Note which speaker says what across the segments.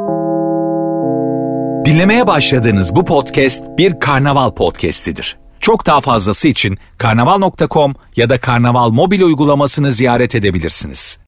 Speaker 1: Dinlemeye başladığınız bu podcast bir Karnaval podcastidir. Çok daha fazlası için karnaval.com ya da Karnaval mobil uygulamasını ziyaret edebilirsiniz.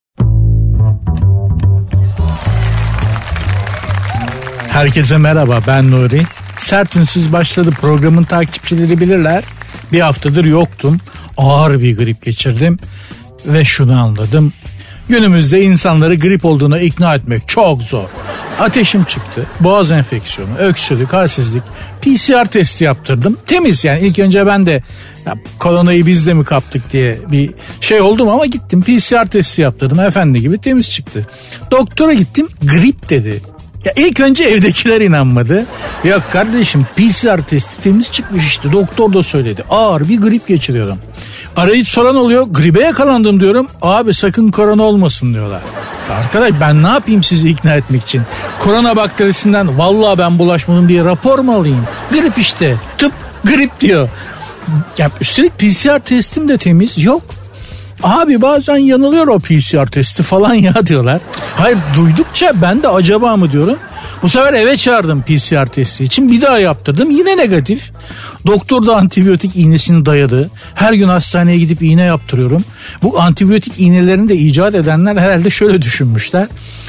Speaker 2: Herkese merhaba, ben Nuri. Sert Ünsüz başladı, programın takipçileri bilirler. Bir haftadır yoktum. Ağır bir grip geçirdim ve şunu anladım. Günümüzde insanları grip olduğuna ikna etmek çok zor. Ateşim çıktı, boğaz enfeksiyonu, öksürük, halsizlik. PCR testi yaptırdım. Temiz yani. İlk önce ben de koronayı biz de mi kaptık diye bir şey oldum ama gittim PCR testi yaptırdım. Efendi gibi temiz çıktı. Doktora gittim, grip dedi. Ya ilk önce evdekiler inanmadı. Yok kardeşim, PCR testi temiz çıkmış işte. Doktor da söyledi. Ağır bir grip geçiriyorum. Arayıp soran oluyor. Gribe yakalandım diyorum. Abi sakın korona olmasın diyorlar. Arkadaş ben ne yapayım sizi ikna etmek için? Korona bakterisinden vallahi ben bulaşmadım diye rapor mu alayım? Grip işte. Tıp grip diyor. Ya üstelik PCR testim de temiz. Yok. Abi bazen yanılıyor o PCR testi falan ya diyorlar. Hayır, duydukça ben de acaba mı diyorum. Bu sefer eve çağırdım PCR testi için. Bir daha yaptırdım. Yine negatif. Doktor da antibiyotik iğnesini dayadı. Her gün hastaneye gidip iğne yaptırıyorum. Bu antibiyotik iğnelerini de icat edenler herhalde şöyle düşünmüşler.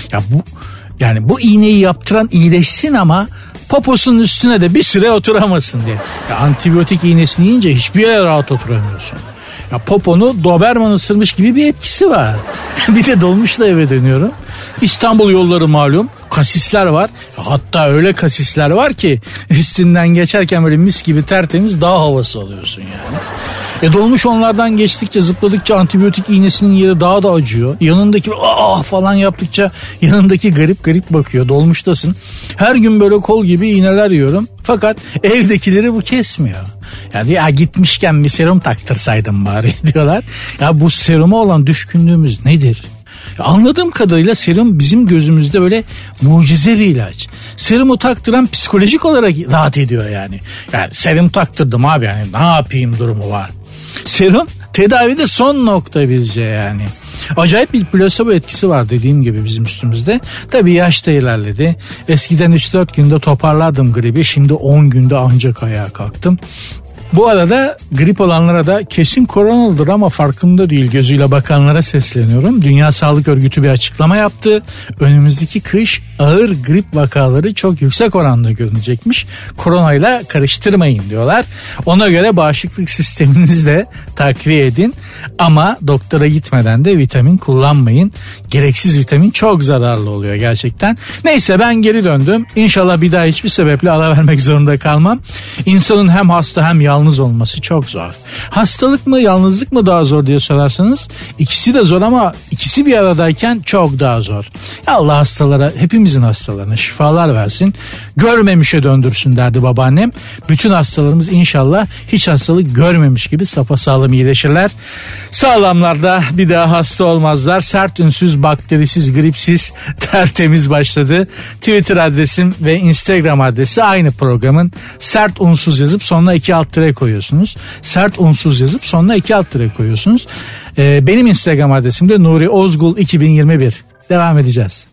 Speaker 2: Bu iğneyi yaptıran iyileşsin ama poposunun üstüne de bir süre oturamasın diye. Ya antibiyotik iğnesini yiyince hiçbir yere rahat oturamıyorsun. Ya poponu Doberman ısırmış gibi bir etkisi var. Bir de dolmuşla eve dönüyorum. İstanbul yolları malum. Kasisler var. Hatta öyle kasisler var ki üstünden geçerken böyle mis gibi tertemiz dağ havası alıyorsun yani. Dolmuş onlardan geçtikçe, zıpladıkça antibiyotik iğnesinin yeri daha da acıyor. Yanındaki falan yaptıkça yanındaki garip bakıyor. Dolmuştasın. Her gün böyle kol gibi iğneler yiyorum. Fakat evdekileri bu kesmiyor. Yani ya gitmişken bir serum taktırsaydım bari diyorlar. Ya bu seruma olan düşkünlüğümüz nedir? Anladığım kadarıyla serum bizim gözümüzde böyle mucize bir ilaç. Serumu taktıran psikolojik olarak rahat ediyor yani. Yani serum taktırdım abi, yani ne yapayım durumu var. Serum tedavide son nokta bizce yani. Acayip bir plasebo etkisi var dediğim gibi bizim üstümüzde. Tabii yaş da ilerledi. Eskiden 3-4 günde toparlardım gribi. Şimdi 10 günde ancak ayağa kalktım. Bu arada grip olanlara da kesin koronalıdır ama farkında değil gözüyle bakanlara sesleniyorum. Dünya Sağlık Örgütü bir açıklama yaptı. Önümüzdeki kış ağır grip vakaları çok yüksek oranda görünecekmiş. Koronayla karıştırmayın diyorlar. Ona göre bağışıklık sisteminizi de takviye edin. Ama doktora gitmeden de vitamin kullanmayın. Gereksiz vitamin çok zararlı oluyor gerçekten. Neyse ben geri döndüm. İnşallah bir daha hiçbir sebeple ara vermek zorunda kalmam. İnsanın hem hasta hem yalnız olması çok zor. Hastalık mı yalnızlık mı daha zor diye sorarsanız ikisi de zor ama ikisi bir aradayken çok daha zor. Allah hastalara, hepimizin hastalarına şifalar versin. Görmemişe döndürsün derdi babaannem. Bütün hastalarımız inşallah hiç hastalık görmemiş gibi sapasağlam iyileşirler. Sağlamlar da bir daha hasta olmazlar. Sert ünsüz, bakterisiz, gripsiz, tertemiz başladı. Twitter adresim ve Instagram adresi aynı programın. Sert unsuz yazıp sonuna 2 alt tire koyuyorsunuz. Sert unsuz yazıp sonuna 2 alt tire koyuyorsunuz. Benim Instagram adresim de Nuri Ozgul 2021. Devam edeceğiz.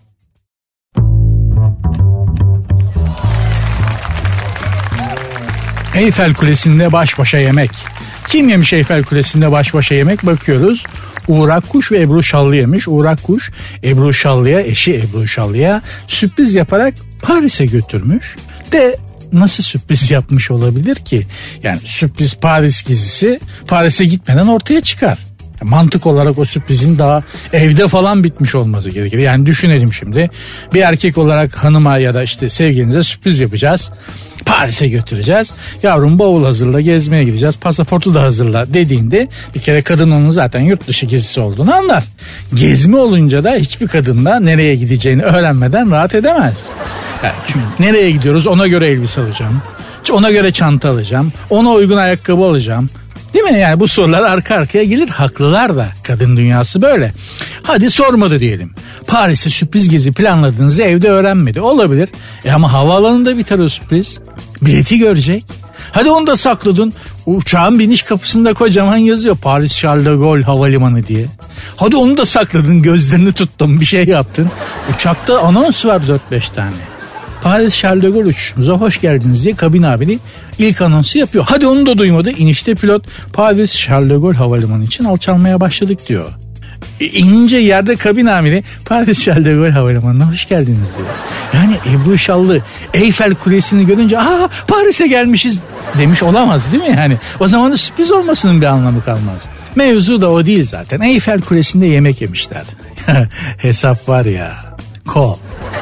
Speaker 2: Eyfel Kulesi'nde baş başa yemek. Kim yemiş Eyfel Kulesi'nde baş başa yemek? Bakıyoruz. Uğur Akkuş ve Ebru Şallı yemiş. Uğur Akkuş Ebru Şallı'ya, eşi Ebru Şallı'ya sürpriz yaparak Paris'e götürmüş. De nasıl sürpriz yapmış olabilir ki? Yani sürpriz Paris gezisi Paris'e gitmeden ortaya çıkar. Mantık olarak o sürprizin daha evde falan bitmiş olması gerekir. Yani düşünelim şimdi. Bir erkek olarak hanıma ya da işte sevgilinize sürpriz yapacağız. Paris'e götüreceğiz. Yavrum bavul hazırla, gezmeye gideceğiz. Pasaportu da hazırla dediğinde bir kere kadın onun zaten yurt dışı gezisi olduğunu anlar. Gezme olunca da hiçbir kadın da nereye gideceğini öğrenmeden rahat edemez. Yani çünkü nereye gidiyoruz ona göre elbise alacağım. Ona göre çanta alacağım. Ona uygun ayakkabı alacağım. Değil mi? Yani bu sorular arka arkaya gelir. Haklılar da. Kadın dünyası böyle. Hadi sormadı diyelim. Paris'e sürpriz gezi planladığınızı evde öğrenmedi. Olabilir. Ama havaalanında biter o sürpriz. Bileti görecek. Hadi onu da sakladın. Uçağın biniş kapısında kocaman yazıyor Paris Charles de Gaulle Havalimanı diye. Hadi onu da sakladın, gözlerini tuttun, bir şey yaptın. Uçakta anons var 4-5 tane. Paris Charles de Gaulle uçuşumuza hoş geldiniz diye kabin amiri ilk anonsu yapıyor. Hadi onu da duymadı. İnişte pilot Paris Charles de Gaulle Havalimanı için alçalmaya başladık diyor. İnince yerde kabin amiri Paris Charles de Gaulle Havalimanı'na hoş geldiniz diyor. Yani Ebru Şallı Eyfel Kulesi'ni görünce Paris'e gelmişiz demiş olamaz değil mi yani? O zaman da sürpriz olmasının bir anlamı kalmaz. Mevzu da o değil zaten. Eyfel Kulesi'nde yemek yemişler. Hesap var ya. Kol.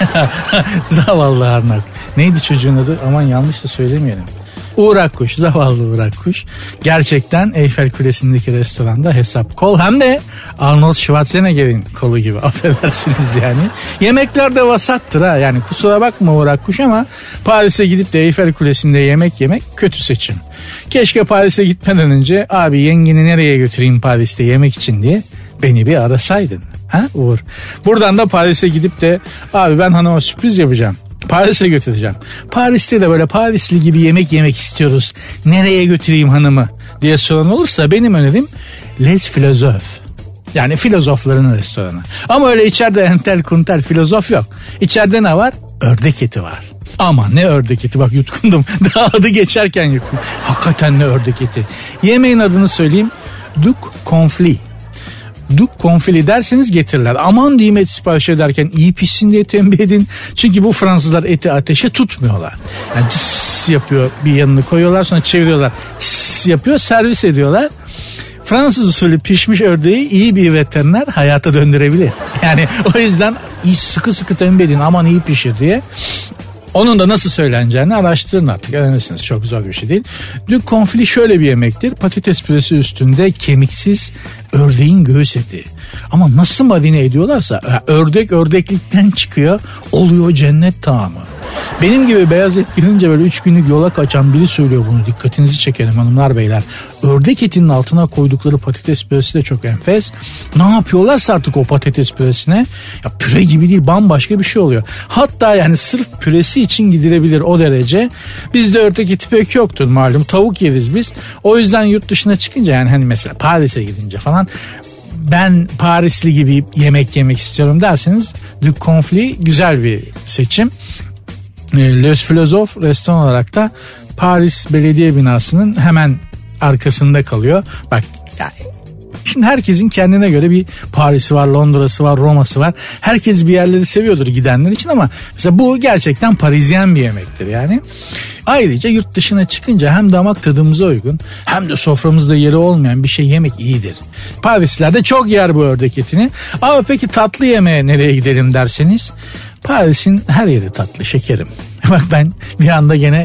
Speaker 2: Zavallı Arnak. Neydi çocuğun adı? Aman yanlış da söylemeyelim. Uğur Akkuş, zavallı Uğur Akkuş. Gerçekten Eyfel Kulesi'ndeki restoranda hesap kol. Hem de Arnold Schwarzenegger'in kolu gibi, affedersiniz yani. Yemekler de vasattır ha. Yani kusura bakma Uğur Akkuş ama Paris'e gidip de Eyfel Kulesi'nde yemek yemek kötü seçim. Keşke Paris'e gitmeden önce abi yengeni nereye götüreyim Paris'te yemek için diye beni bir arasaydın. Ha Uğur? Buradan da Paris'e gidip de abi ben hanıma sürpriz yapacağım. Paris'e götüreceğim. Paris'te de böyle Parisli gibi yemek yemek istiyoruz. Nereye götüreyim hanımı diye soran olursa benim önerim Les Philosophes. Yani filozofların restoranı. Ama öyle içeride entel kuntel filozof yok. İçeride ne var? Ördek eti var. Ama ne ördek eti, bak yutkundum. Daha adı geçerken yutkundum. Hakikaten ne ördek eti. Yemeğin adını söyleyeyim. Duc Conflit. Duc Conflit derseniz getirirler. Aman diyeyim et sipariş ederken iyi pişsin diye tembih edin. Çünkü bu Fransızlar eti ateşe tutmuyorlar. Yani cıs yapıyor, bir yanını koyuyorlar, sonra çeviriyorlar. Cıs yapıyor, servis ediyorlar. Fransız usulü pişmiş ördeği iyi bir veteriner hayata döndürebilir. Yani o yüzden sıkı sıkı tembih edin aman iyi pişir diye. Onun da nasıl söyleneceğini araştırın artık. Öğrenirsiniz. Çok zor bir şey değil. Duc Conflit şöyle bir yemektir. Patates püresi üstünde kemiksiz ördeğin göğüs eti. Ama nasıl marine ediyorlarsa ördek ördeklikten çıkıyor. Oluyor cennet tamamı. Benim gibi beyaz et girince böyle 3 günlük yola kaçan biri söylüyor bunu. Dikkatinizi çekelim hanımlar beyler. Ördek etinin altına koydukları patates püresi de çok enfes. Ne yapıyorlarsa artık o patates püresine, ya püre gibi değil, bambaşka bir şey oluyor. Hatta yani sırf püresi için gidilebilir o derece. Bizde ördek eti pek yoktur malum. Tavuk yeriz biz. O yüzden yurt dışına çıkınca, yani hani mesela Paris'e gidince falan, ben Parisli gibi yemek yemek istiyorum derseniz Duc Conflit güzel bir seçim. Les Philosophes restoran olarak da Paris Belediye Binası'nın hemen arkasında kalıyor. Bak yani şimdi herkesin kendine göre bir Paris'i var, Londra'sı var, Roma'sı var. Herkes bir yerleri seviyordur gidenler için ama mesela bu gerçekten Parisyen bir yemektir yani. Ayrıca yurt dışına çıkınca hem damak tadımıza uygun hem de soframızda yeri olmayan bir şey yemek iyidir. Parisliler de çok yer bu ördek etini. Ama peki tatlı yemeğe nereye gidelim derseniz, Paris'in her yeri tatlı şekerim. Bak ben bir anda gene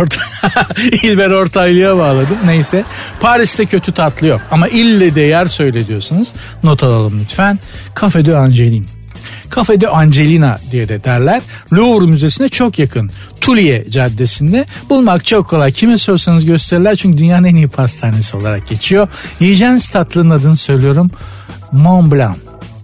Speaker 2: İlber Ortaylı'ya bağladım. Neyse, Paris'te kötü tatlı yok. Ama ille de yer söyle diyorsanız not alalım lütfen. Café de Angeline. Café de Angelina diye de derler. Louvre Müzesi'ne çok yakın. Tuliye Caddesi'nde. Bulmak çok kolay. Kime sorsanız gösterirler çünkü dünyanın en iyi pastanesi olarak geçiyor. Yiyeceğiniz tatlının adını söylüyorum. Mont Blanc.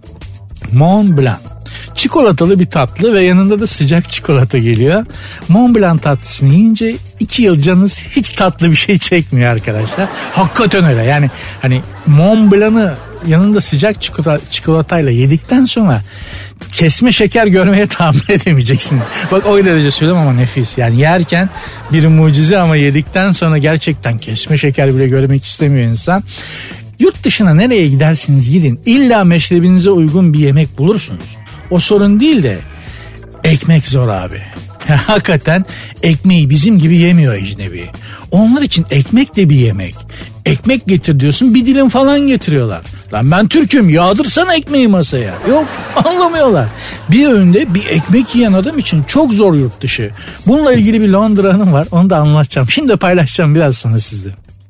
Speaker 2: Mont Blanc. Çikolatalı bir tatlı ve yanında da sıcak çikolata geliyor. Mont Blanc tatlısını yiyince 2 yıl canınız hiç tatlı bir şey çekmiyor arkadaşlar. Hakikaten öyle. Yani hani Mont Blanc'ı yanında sıcak çikolatayla yedikten sonra kesme şeker görmeye tahammül edemeyeceksiniz. Bak o derece söylüyorum ama nefis. Yani yerken bir mucize ama yedikten sonra gerçekten kesme şeker bile görmek istemiyor insan. Yurt dışına nereye giderseniz gidin illa meşrebinize uygun bir yemek bulursunuz. O sorun değil de ekmek zor abi. Hakikaten ekmeği bizim gibi yemiyor ecnebi. Onlar için ekmek de bir yemek. Ekmek getir diyorsun, bir dilim falan getiriyorlar. Lan ben Türk'üm, yağdırsana ekmeği masaya. Yok, anlamıyorlar. Bir öğünde bir ekmek yiyen adam için çok zor yurt dışı. Bununla ilgili bir Londra anım var, onu da anlatacağım. Şimdi paylaşacağım biraz sonra sizle.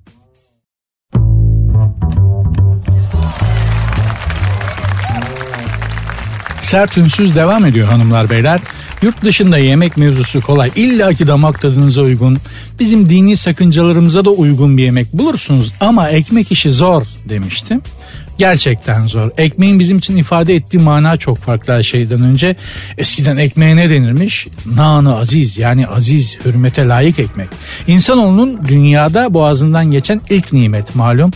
Speaker 2: Sert Ünsüz devam ediyor hanımlar beyler. Yurt dışında yemek mevzusu kolay. İlla ki damak tadınıza uygun, bizim dini sakıncalarımıza da uygun bir yemek bulursunuz. Ama ekmek işi zor demiştim. Gerçekten zor. Ekmeğin bizim için ifade ettiği mana çok farklı her şeyden önce. Eskiden ekmeğe ne denirmiş? Nâ-ı aziz, yani aziz, hürmete layık ekmek. İnsanoğlunun dünyada boğazından geçen ilk nimet malum.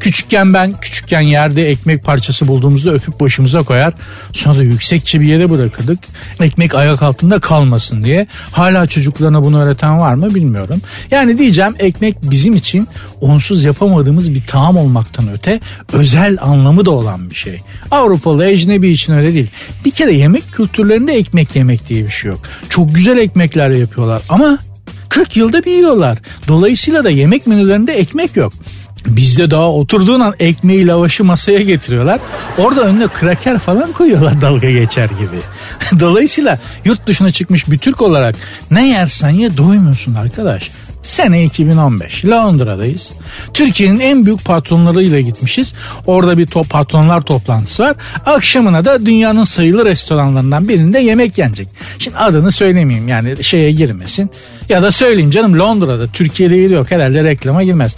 Speaker 2: Küçükken yerde ekmek parçası bulduğumuzda öpüp başımıza koyar. Sonra da yüksekçe bir yere bırakırdık. Ekmek ayak altında kalmasın diye. Hala çocuklarına bunu öğreten var mı bilmiyorum. Yani diyeceğim, ekmek bizim için onsuz yapamadığımız bir taam olmaktan öte özel anlamı da olan bir şey. Avrupalı, ecnebi için öyle değil. Bir kere yemek kültürlerinde ekmek yemek diye bir şey yok. Çok güzel ekmekler yapıyorlar ama 40 yılda bir yiyorlar. Dolayısıyla da yemek menülerinde ekmek yok. Bizde daha oturduğun an ekmeği, lavaşı masaya getiriyorlar. Orada önüne kraker falan koyuyorlar dalga geçer gibi. Dolayısıyla yurt dışına çıkmış bir Türk olarak ne yersen ye doymuyorsun arkadaş. Sene 2015, Londra'dayız. Türkiye'nin en büyük patronlarıyla gitmişiz. Orada bir patronlar toplantısı var. Akşamına da dünyanın sayılı restoranlarından birinde yemek yenecek. Şimdi adını söylemeyeyim, yani şeye girmesin. Ya da söyleyeyim canım, Londra'da, Türkiye'de yeri yok, herhalde reklama girmez.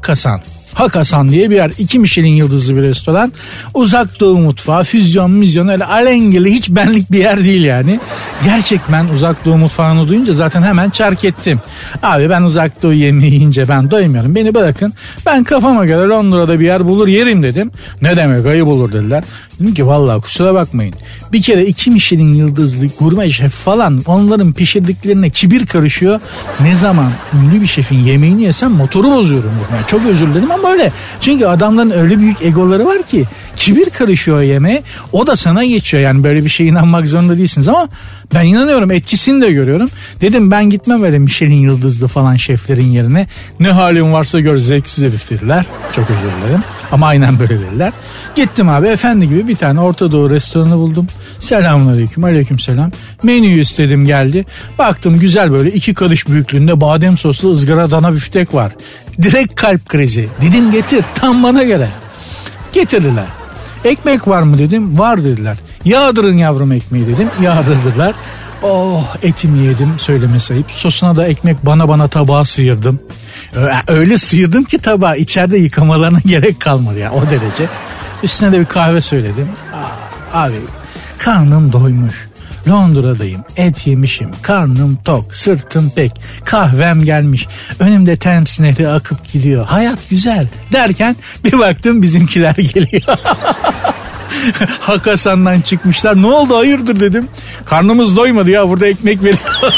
Speaker 2: Hakkasan diye bir yer. 2 Michelin yıldızlı bir restoran. Uzak Doğu mutfağı, füzyon, öyle alengili, hiç benlik bir yer değil yani. Gerçekten Uzak Doğu mutfağını duyunca zaten hemen çark ettim. Abi ben Uzak Doğu yemeği yiyince ben doymuyorum. Beni bırakın. Ben kafama göre Londra'da bir yer bulur yerim dedim. Ne demek, ayıp olur dediler. Dedim ki vallahi kusura bakmayın. Bir kere 2 Michelin yıldızlı gurme şef falan, onların pişirdiklerine kibir karışıyor. Ne zaman ünlü bir şefin yemeğini yesem motoru bozuyorum. Yani çok özür dilerim ama öyle. Çünkü adamların öyle büyük egoları var ki kibir karışıyor yemeğe. O da sana geçiyor. Yani böyle bir şeye inanmak zorunda değilsiniz ama ben inanıyorum, etkisini de görüyorum. Dedim ben gitmem öyle Michelin yıldızlı falan şeflerin yerine. Ne halin varsa gör, zevksiz herif dediler. Çok özür dilerim ama aynen böyle dediler. Gittim abi, efendi gibi bir tane Orta Doğu restoranı buldum. Selamünaleyküm, aleykümselam. Menüyü istedim, geldi. Baktım güzel, böyle 2 karış büyüklüğünde badem soslu ızgara dana büftek var. Direkt kalp krizi. Dedim getir, tam bana göre. Getirdiler. Ekmek var mı dedim, var dediler. Yağdırın yavrum ekmeği dedim, yağdırdılar. Oh, etimi yedim, söylemesi ayıp. Sosuna da ekmek bana tabağa sıyırdım. Öyle sıyırdım ki tabağı içeride yıkamalarına gerek kalmadı ya, o derece. Üstüne de bir kahve söyledim. Abi karnım doymuş. Londra'dayım, et yemişim, karnım tok, sırtım pek, kahvem gelmiş, önümde Thames Nehri akıp gidiyor, hayat güzel derken bir baktım bizimkiler geliyor. Hakkasan'dan çıkmışlar. Ne oldu, hayırdır dedim. Karnımız doymadı ya, burada ekmek veriyor.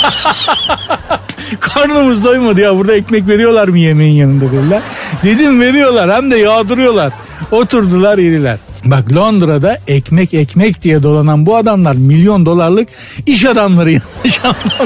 Speaker 2: Karnımız doymadı ya, burada ekmek veriyorlar mı yemeğin yanında dediler. Dedim veriyorlar, hem de yağdırıyorlar. Oturdular, yediler. Bak, Londra'da ekmek diye dolanan bu adamlar milyon dolarlık iş adamları yanlış anlama.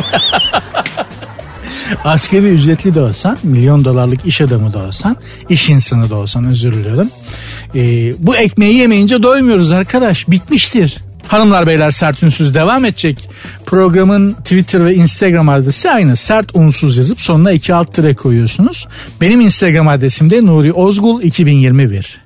Speaker 2: Askeri ücretli de olsan, milyon dolarlık iş adamı da olsan, iş insanı da olsan, özür diliyorum. Bu ekmeği yemeyince doymuyoruz arkadaş, bitmiştir. Hanımlar beyler, Sert Unsuz devam edecek. Programın Twitter ve Instagram adresi aynı. Sert Unsuz yazıp sonuna 2 alt tire koyuyorsunuz. Benim Instagram adresim de Nuri Ozgul 2021.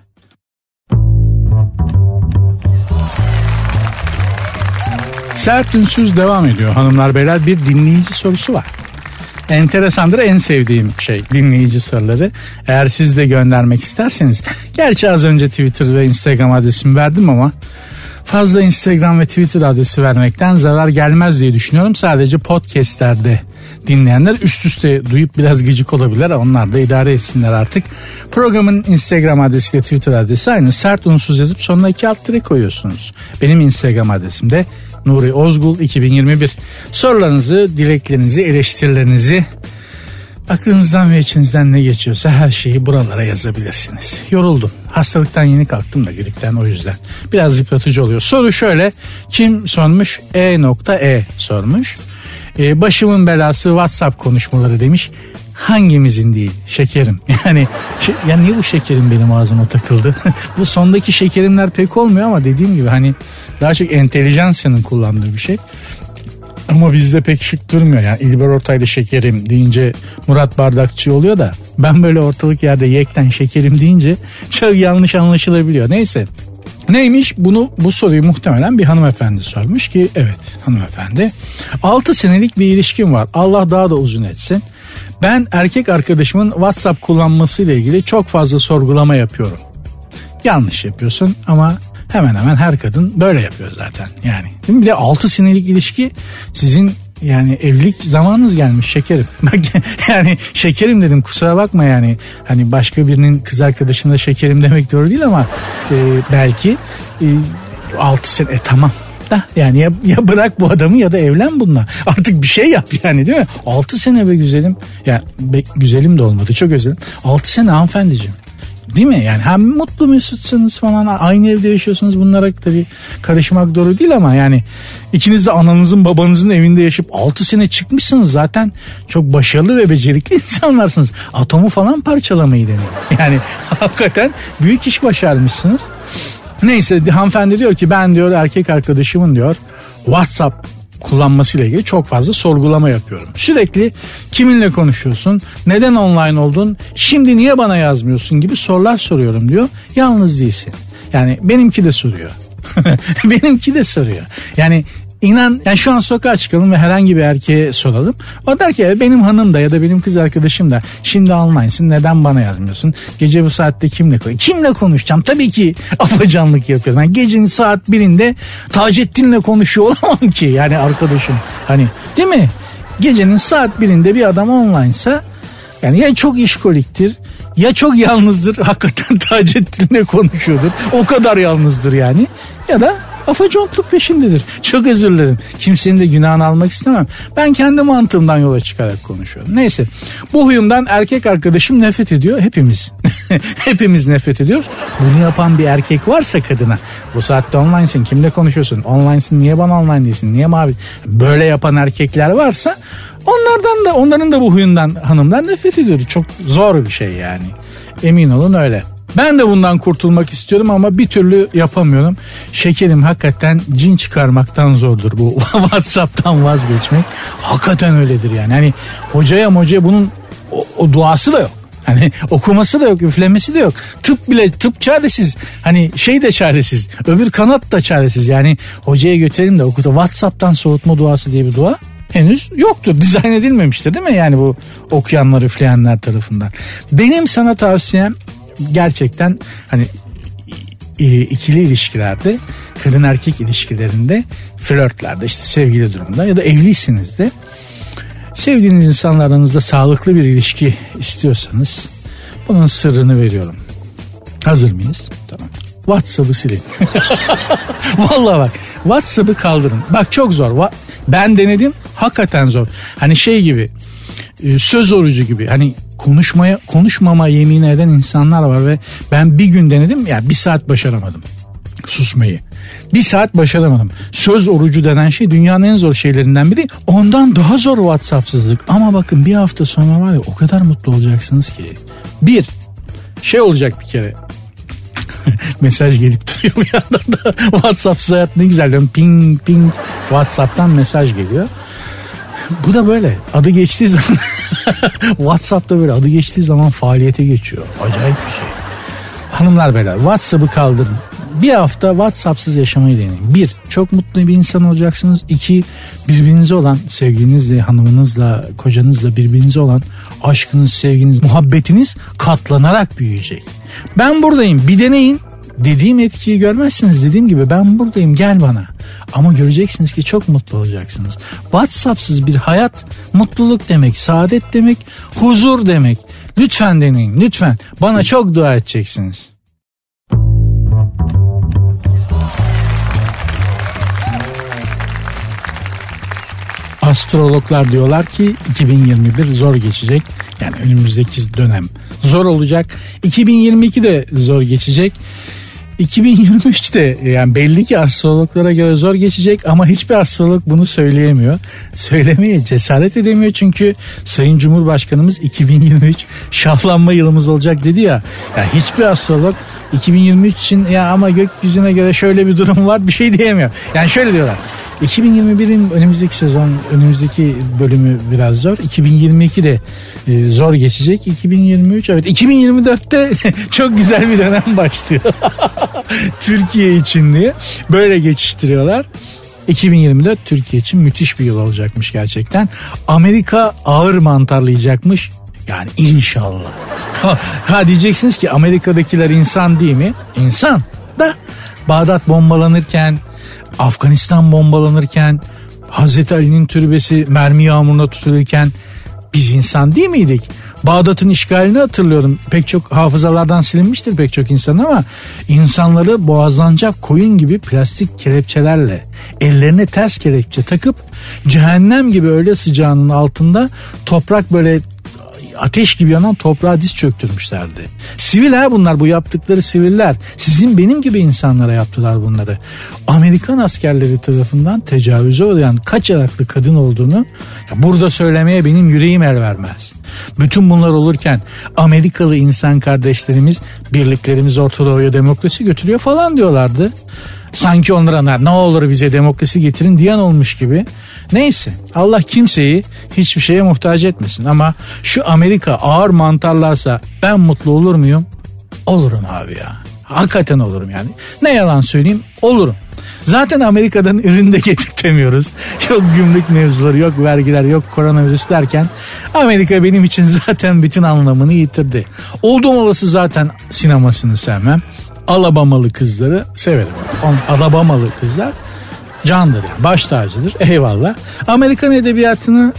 Speaker 2: Sert Unsuz devam ediyor hanımlar beyler. Bir dinleyici sorusu var. Enteresandır, en sevdiğim şey dinleyici soruları. Eğer siz de göndermek isterseniz, gerçi az önce Twitter ve Instagram adresimi verdim ama fazla Instagram ve Twitter adresi vermekten zarar gelmez diye düşünüyorum. Sadece podcastlerde dinleyenler üst üste duyup biraz gıcık olabilir. Onlar da idare etsinler artık. Programın Instagram adresiyle Twitter adresi aynı. Sert Unsuz yazıp sonuna 2 alt tire koyuyorsunuz. Benim Instagram adresim de Nuri Ozgul 2021. Sorularınızı, dileklerinizi, eleştirilerinizi, aklınızdan ve içinizden ne geçiyorsa her şeyi buralara yazabilirsiniz. Yoruldum. Hastalıktan yeni kalktım da, gripten, o yüzden. Biraz yıpratıcı oluyor. Soru şöyle. Kim sormuş? E.E sormuş. Başımın belası WhatsApp konuşmaları demiş. Hangimizin değil şekerim? Yani ya niye bu şekerim benim ağzıma takıldı? Bu sondaki şekerimler pek olmuyor ama dediğim gibi hani daha çok entelijansiyanın kullandığı bir şey. Ama bizde pek şık durmuyor. Yani İlber Ortaylı şekerim deyince Murat Bardakçı oluyor da ben böyle ortalık yerde yekten şekerim deyince çok yanlış anlaşılabiliyor. Neyse. Neymiş? Bu soruyu muhtemelen bir hanımefendi sormuş ki evet, hanımefendi. 6 senelik bir ilişkim var. Allah daha da uzun etsin. Ben erkek arkadaşımın WhatsApp kullanmasıyla ilgili çok fazla sorgulama yapıyorum. yanlış yapıyorsun ama hemen hemen her kadın böyle yapıyor zaten yani. Değil mi? Bir de 6 senelik ilişki sizin yani evlilik zamanınız gelmiş şekerim. Yani şekerim dedim, kusura bakma yani. Hani başka birinin kız arkadaşına şekerim demek doğru değil ama belki 6 sene tamam. Yani ya bırak bu adamı ya da evlen bununla. Artık bir şey yap yani, değil mi? 6 sene be güzelim. Ya güzelim de olmadı, çok özür dilerim. 6 sene hanımefendiciğim. Değil mi? Yani hem mutlu mesutsanız falan, aynı evde yaşıyorsunuz, bunlara tabii karışmak doğru değil ama yani ikiniz de ananızın babanızın evinde yaşayıp 6 sene çıkmışsınız, zaten çok başarılı ve becerikli insanlarsınız. Atomu falan parçalamayı deniyor. Yani hakikaten büyük iş başarmışsınız. Neyse, hanımefendi diyor ki ben diyor erkek arkadaşımın diyor WhatsApp kullanmasıyla ilgili çok fazla sorgulama yapıyorum. Sürekli kiminle konuşuyorsun, neden online oldun, şimdi niye bana yazmıyorsun gibi sorular soruyorum diyor. Yalnız değilsin. Yani benimki de soruyor. Benimki de soruyor. Yani İnan, yani şu an sokağa çıkalım ve herhangi bir erkeğe soralım. O der ki benim hanım da ya da benim kız arkadaşım da şimdi online'sın, neden bana yazmıyorsun? Gece bu saatte kimle konuşacağım? Tabii ki afacanlık yapıyorum. Yani gecenin saat 1'inde Taceddin'le konuşuyor olamam ki yani arkadaşım. Hani değil mi? Gecenin saat 1'inde bir adam online'sa yani ya çok işkoliktir ya çok yalnızdır. Hakikaten Taceddin'le konuşuyordur. O kadar yalnızdır yani. Ya da afaconluk peşindedir. Çok özür dilerim. Kimsenin de günahını almak istemem. Ben kendi mantığımdan yola çıkarak konuşuyorum. Neyse. Bu huyumdan erkek arkadaşım nefret ediyor. Hepimiz. Hepimiz nefret ediyoruz. Bunu yapan bir erkek varsa kadına, bu saatte online'sın, kimle konuşuyorsun? Online'sın, niye bana online değilsin? Niye mavi? Böyle yapan erkekler varsa onların da bu huyundan hanımlar nefret ediyor. Çok zor bir şey yani. Emin olun öyle. Ben de bundan kurtulmak istiyorum ama bir türlü yapamıyorum. Şekerim, hakikaten cin çıkarmaktan zordur bu WhatsApp'tan vazgeçmek. Hakikaten öyledir yani. Hani hocaya bunun o duası da yok. Hani okuması da yok, üflemesi de yok. Tıp çaresiz. Hani şey de çaresiz. Öbür kanat da çaresiz. Yani hocaya götürelim de okuta. WhatsApp'tan soğutma duası diye bir dua henüz yoktur. Dizayn edilmemiştir değil mi? Yani bu okuyanlar, üfleyenler tarafından. Benim sana tavsiyem, gerçekten hani ikili ilişkilerde, kadın erkek ilişkilerinde, flörtlerde, işte sevgili durumda ya da evliyseniz de sevdiğiniz insanla aranızda sağlıklı bir ilişki istiyorsanız bunun sırrını veriyorum. Hazır mıyız? Tamam. WhatsApp'ı silin. Vallahi bak, WhatsApp'ı kaldırın. Bak çok zor. Ben denedim, hakikaten zor. Hani şey gibi, söz orucu gibi. Hani konuşmama yemin eden insanlar var ve ben bir gün denedim ya, bir saat başaramadım susmayı. Bir saat başaramadım. Söz orucu denen şey dünyanın en zor şeylerinden biri. Ondan daha zor WhatsApp'sızlık. Ama bakın bir hafta sonra var ya, o kadar mutlu olacaksınız ki. Bir şey olacak bir kere. Mesaj gelip duruyor bir yandan da. WhatsApp'sız hayat ne güzel diyorum. Ping ping WhatsApp'tan mesaj geliyor. Bu da böyle adı geçtiği zaman WhatsApp'ta böyle adı geçtiği zaman faaliyete geçiyor. Acayip bir şey. Hanımlar beyler, WhatsApp'ı kaldırın. Bir hafta WhatsApp'sız yaşamayı deneyin. 1. Çok mutlu bir insan olacaksınız. 2. Birbirinize olan sevginizle, hanımınızla, kocanızla birbirinize olan aşkınız, sevginiz, muhabbetiniz katlanarak büyüyecek. Ben buradayım, bir deneyin. Dediğim etkiyi görmezsiniz. Dediğim gibi ben buradayım, gel bana. Ama göreceksiniz ki çok mutlu olacaksınız. WhatsApp'sız bir hayat mutluluk demek, saadet demek, huzur demek. Lütfen deneyin, lütfen. Bana çok dua edeceksiniz. Astrologlar diyorlar ki 2021 zor geçecek. Yani önümüzdeki dönem zor olacak. 2022 de zor geçecek. 2023 de yani belli ki astrologlara göre zor geçecek ama hiçbir astrolog bunu söyleyemiyor. Söylemeye cesaret edemiyor çünkü Sayın Cumhurbaşkanımız 2023 şahlanma yılımız olacak dedi ya. Yani hiçbir astrolog 2023 için ya ama gökyüzüne göre şöyle bir durum var bir şey diyemiyor. Yani şöyle diyorlar. 2021'in önümüzdeki sezon, önümüzdeki bölümü biraz zor. 2022 de zor geçecek. 2023, evet, 2024'te çok güzel bir dönem başlıyor. Türkiye için diye böyle geçiştiriyorlar. 2024 Türkiye için müthiş bir yıl olacakmış gerçekten. Amerika ağır mantarlayacakmış. Yani inşallah. Ha diyeceksiniz ki Amerika'dakiler insan değil mi? İnsan da Bağdat bombalanırken, Afganistan bombalanırken, Hazreti Ali'nin türbesi mermi yağmuruna tutulurken biz insan değil miydik? Bağdat'ın işgalini hatırlıyorum. Pek çok hafızalardan silinmiştir pek çok insan ama insanları boğazlanacak koyun gibi plastik kelepçelerle ellerine ters kelepçe takıp cehennem gibi öyle sıcağının altında toprak böyle ateş gibi yanan toprağa diz çöktürmüşlerdi. Sivil ha bunlar, bu yaptıkları siviller. Sizin benim gibi insanlara yaptılar bunları. Amerikan askerleri tarafından tecavüze uğrayan kaç ayaklı kadın olduğunu burada söylemeye benim yüreğim el vermez. Bütün bunlar olurken Amerikalı insan kardeşlerimiz birliklerimiz Orta Doğu'ya demokrasi götürüyor falan diyorlardı. Sanki onlara ne olur bize demokrasi getirin diyen olmuş gibi. Neyse, Allah kimseyi hiçbir şeye muhtaç etmesin ama şu Amerika ağır mantarlarsa ben mutlu olur muyum? Olurum abi ya. Hakikaten olurum yani. Ne yalan söyleyeyim, olurum. Zaten Amerika'dan ürün de getirtemiyoruz. Yok gümrük mevzuları, yok vergiler, yok koronavirüs derken Amerika benim için zaten bütün anlamını yitirdi. Olduğum olası zaten sinemasını sevmem. Alabamalı kızları severim. Alabamalı kızlar candır yani, baş tacıdır, eyvallah. Amerikan edebiyatını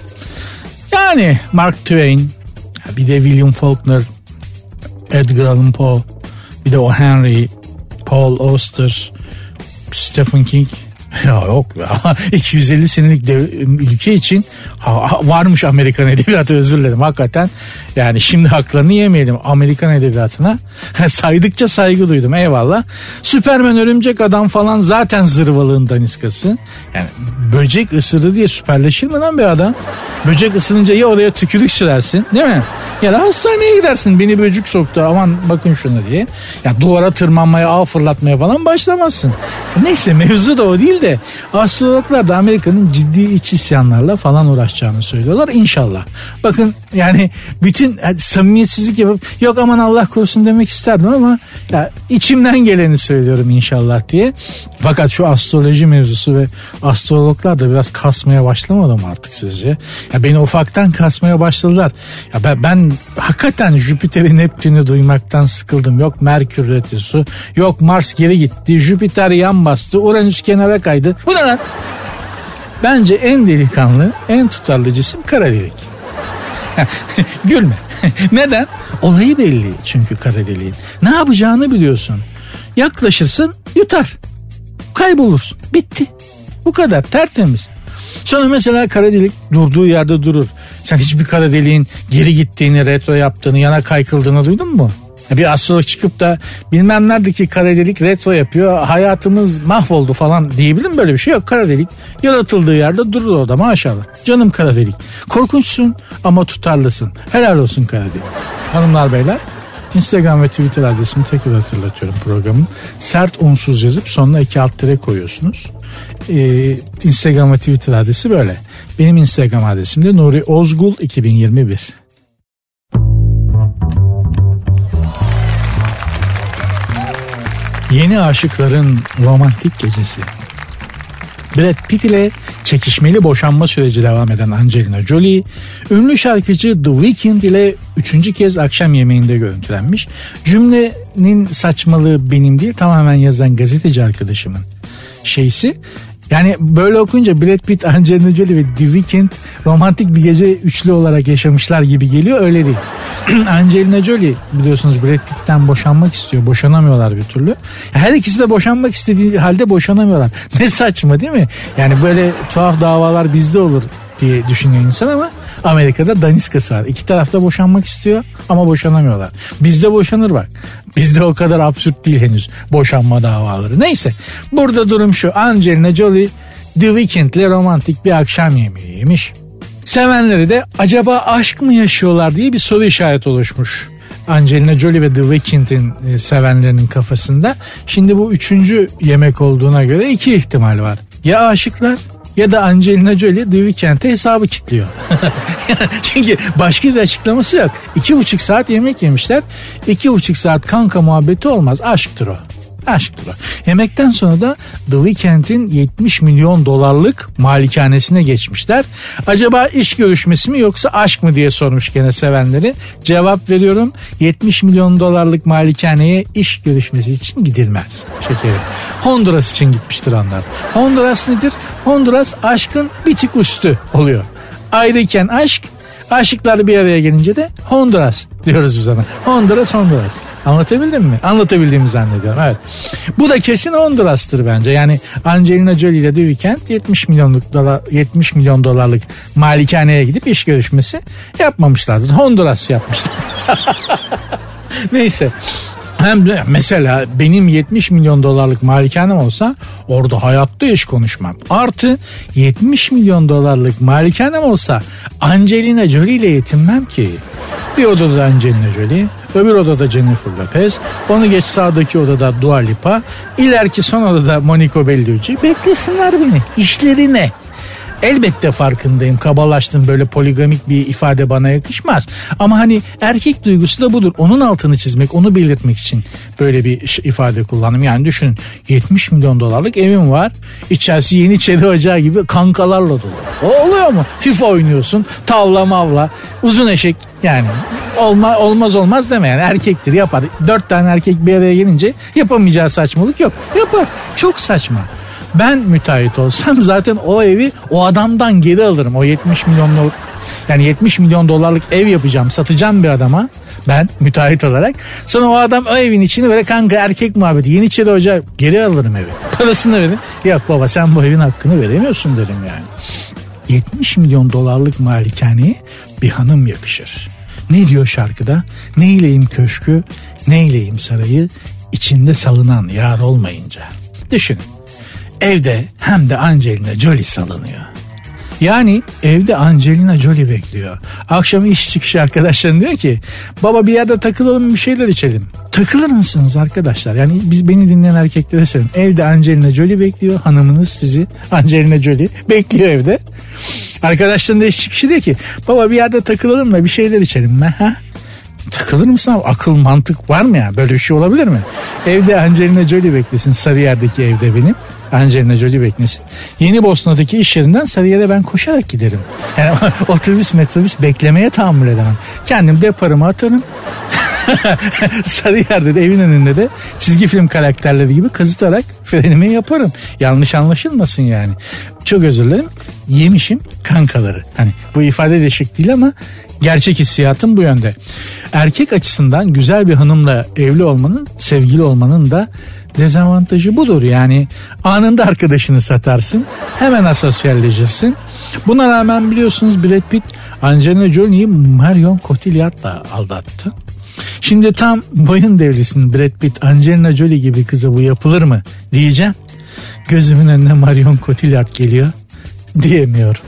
Speaker 2: yani Mark Twain, bir de William Faulkner, Edgar Allan Poe, bir de O. Henry, Paul Auster, Stephen King. Ya yok ya 250 senelik ülke için varmış Amerikan edebiyatı, özür dilerim hakikaten. Yani şimdi haklarını yemeyelim Amerikan edebiyatına. Saydıkça saygı duydum, eyvallah. Superman, Örümcek Adam falan zaten zırvalığın daniskası. Yani böcek ısırdı diye süperleşir mi lan bir adam? Böcek ısırınca ya oraya tükürük sürersin değil mi? Ya da hastaneye gidersin, beni böcek soktu aman bakın şuna diye. Ya duvara tırmanmaya, ağ fırlatmaya falan başlamazsın. Neyse mevzu da o değil de astrologlar da Amerika'nın ciddi iç isyanlarla falan uğraşacağını söylüyorlar inşallah. Bakın yani bütün samimiyetsizlik yapıp yok aman Allah korusun demek isterdim ama ya içimden geleni söylüyorum inşallah diye. Fakat şu astroloji mevzusu ve astrologlar da biraz kasmaya başlamadı mı artık sizce? Ya beni ufaktan kasmaya başladılar. Ya ben hakikaten Jüpiter'i, Neptün'ü duymaktan sıkıldım. Yok Merkür retrosu, yok Mars geri gitti, Jüpiter yan bastı, Uranüs kenara kaydı. Bu ne lan? Bence en delikanlı, en tutarlı cisim kara delik. Gülme. Neden? Olayı belli çünkü kara deliğin. Ne yapacağını biliyorsun. Yaklaşırsın yutar. Kaybolursun. Bitti. Bu kadar, tertemiz. Sonra mesela kara delik durduğu yerde durur. Sen hiçbir kara deliğin geri gittiğini, retro yaptığını, yana kaykıldığını duydun mu? Bir astrolog çıkıp da bilmem neredeki kara delik retro yapıyor, hayatımız mahvoldu falan diyebilir mi? Böyle bir şey yok. Kara delik yaratıldığı yerde durur orada maşallah. Canım kara delik. Korkunçsun ama tutarlısın. Helal olsun kara delik. Hanımlar beyler, Instagram ve Twitter adresimi tekrar hatırlatıyorum programın. Sert unsuz yazıp sonuna 2 alt tere koyuyorsunuz. Instagram ve Twitter adresi böyle. Benim Instagram adresim de Nuri Ozgul 2021. Yeni aşıkların romantik gecesi. Brad Pitt ile çekişmeli boşanma süreci devam eden Angelina Jolie, ünlü şarkıcı The Weeknd ile 3. kez akşam yemeğinde görüntülenmiş. Cümlenin saçmalığı benim değil, tamamen yazan gazeteci arkadaşımın şeysi. Yani böyle okuyunca Brad Pitt, Angelina Jolie ve The Weeknd romantik bir gece üçlü olarak yaşamışlar gibi geliyor, öyle değil. Angelina Jolie biliyorsunuz Brad Pitt'ten boşanmak istiyor. Boşanamıyorlar bir türlü. Her ikisi de boşanmak istediği halde boşanamıyorlar. Ne saçma değil mi? Yani böyle tuhaf davalar bizde olur diye düşünüyor insan ama Amerika'da daniskası var. İki taraf da boşanmak istiyor ama boşanamıyorlar. Bizde boşanır bak. Bizde o kadar absürt değil henüz boşanma davaları. Neyse, burada durum şu: Angelina Jolie The Weeknd'le romantik bir akşam yemeği yemiş. Sevenleri de acaba aşk mı yaşıyorlar diye bir soru işareti oluşmuş Angelina Jolie ve The Weeknd'in sevenlerinin kafasında. Şimdi bu 3. yemek olduğuna göre 2 ihtimal var. Ya aşıklar ya da Angelina Jolie The Weeknd'e hesabı kilitliyor. Çünkü başka bir açıklaması yok. 2,5 saat yemek yemişler. 2,5 saat kanka muhabbeti olmaz. Aşktır o. Aşktır o. Yemekten sonra da The Weeknd'in 70 milyon dolarlık malikanesine geçmişler. Acaba iş görüşmesi mi yoksa aşk mı diye sormuş gene sevenleri. Cevap veriyorum, 70 milyon dolarlık malikaneye iş görüşmesi için gidilmez şekerim. Honduras için gitmiştir onlar. Honduras nedir? Honduras aşkın bir tık üstü oluyor. Ayrıyken aşk, aşıklar bir araya gelince de Honduras diyoruz biz ona. Honduras. Anlatabildim mi? Anlatabildiğimi zannediyorum. Evet. Bu da kesin Honduras'tır bence. Yani Angelina Jolie ile The Weeknd 70 milyon dolarlık malikaneye gidip iş görüşmesi yapmamışlardır. Honduras yapmışlar. Neyse. Hem de mesela benim 70 milyon dolarlık malikanem olsa orada hayatta iş konuşmam. Artı 70 milyon dolarlık malikanem olsa Angelina Jolie ile yetinmem ki. Bir odada Angelina Jolie, öbür odada Jennifer Lopez, onu geç sağdaki odada Dua Lipa, ileriki son odada Monica Bellucci. Beklesinler beni. İşleri ne? Elbette farkındayım, kabalaştım, böyle poligamik bir ifade bana yakışmaz. Ama hani erkek duygusu da budur. Onun altını çizmek, onu belirtmek için böyle bir ifade kullandım. Yani düşünün, 70 milyon dolarlık evim var. İçerisi Yeniçeri Ocağı gibi kankalarla dolu. O oluyor mu? FIFA oynuyorsun, tavla mavla, uzun eşek, yani olmaz deme yani, erkektir, yapar. 4 tane erkek bir araya gelince yapamayacağı saçmalık yok. Yapar. Çok saçma. Ben müteahhit olsam zaten o evi o adamdan geri alırım. O 70 milyon dolarlık ev yapacağım, satacağım bir adama. Ben müteahhit olarak. Sonra o adam o evin içini böyle kanka erkek muhabbeti, Yeniçeri Ocağı, geri alırım evi. Parasını verin. Yok baba, sen bu evin hakkını veremiyorsun derim yani. 70 milyon dolarlık malikaneye bir hanım yakışır. Ne diyor şarkıda? Neyleyim köşkü, neyleyim sarayı, içinde salınan yar olmayınca. Düşünün. Evde hem de Angelina Jolie salınıyor. Yani evde Angelina Jolie bekliyor. Akşam iş çıkışı arkadaşlarım diyor ki, baba bir yerde takılalım, bir şeyler içelim. Takılır mısınız arkadaşlar? Yani beni dinleyen erkeklere söyleyeyim. Evde Angelina Jolie bekliyor. Hanımınız sizi, Angelina Jolie bekliyor evde. Arkadaşların da iş çıkışı diyor ki, baba bir yerde takılalım da bir şeyler içelim mi? Ha? Takılır mısın abi? Akıl mantık var mı ya? Böyle bir şey olabilir mi? Evde Angelina Jolie beklesin, Sarıyer'deki evde benim. Angelina Jolie beklesin. Yenibosna'daki iş yerinden Sarıyer'e ben koşarak giderim. Yani otobüs metrobüs beklemeye tahammül edemem. Kendim deparımı atarım. Sarıyer'de de evin önünde de çizgi film karakterleri gibi kazıtarak frenimi yaparım. Yanlış anlaşılmasın yani. Çok özür dilerim. Yemişim kankaları. Hani bu ifade de şık değil ama gerçek hissiyatım bu yönde. Erkek açısından güzel bir hanımla evli olmanın, sevgili olmanın da dezavantajı budur. Yani anında arkadaşını satarsın, hemen asosyalleşirsin. Buna rağmen biliyorsunuz Brad Pitt Angelina Jolie'yi Marion Cotillard'la aldattı. Şimdi tam boyun devrisin, Brad Pitt Angelina Jolie gibi kıza bu yapılır mı diyeceğim. Gözümün önüne Marion Cotillard geliyor, diyemiyorum.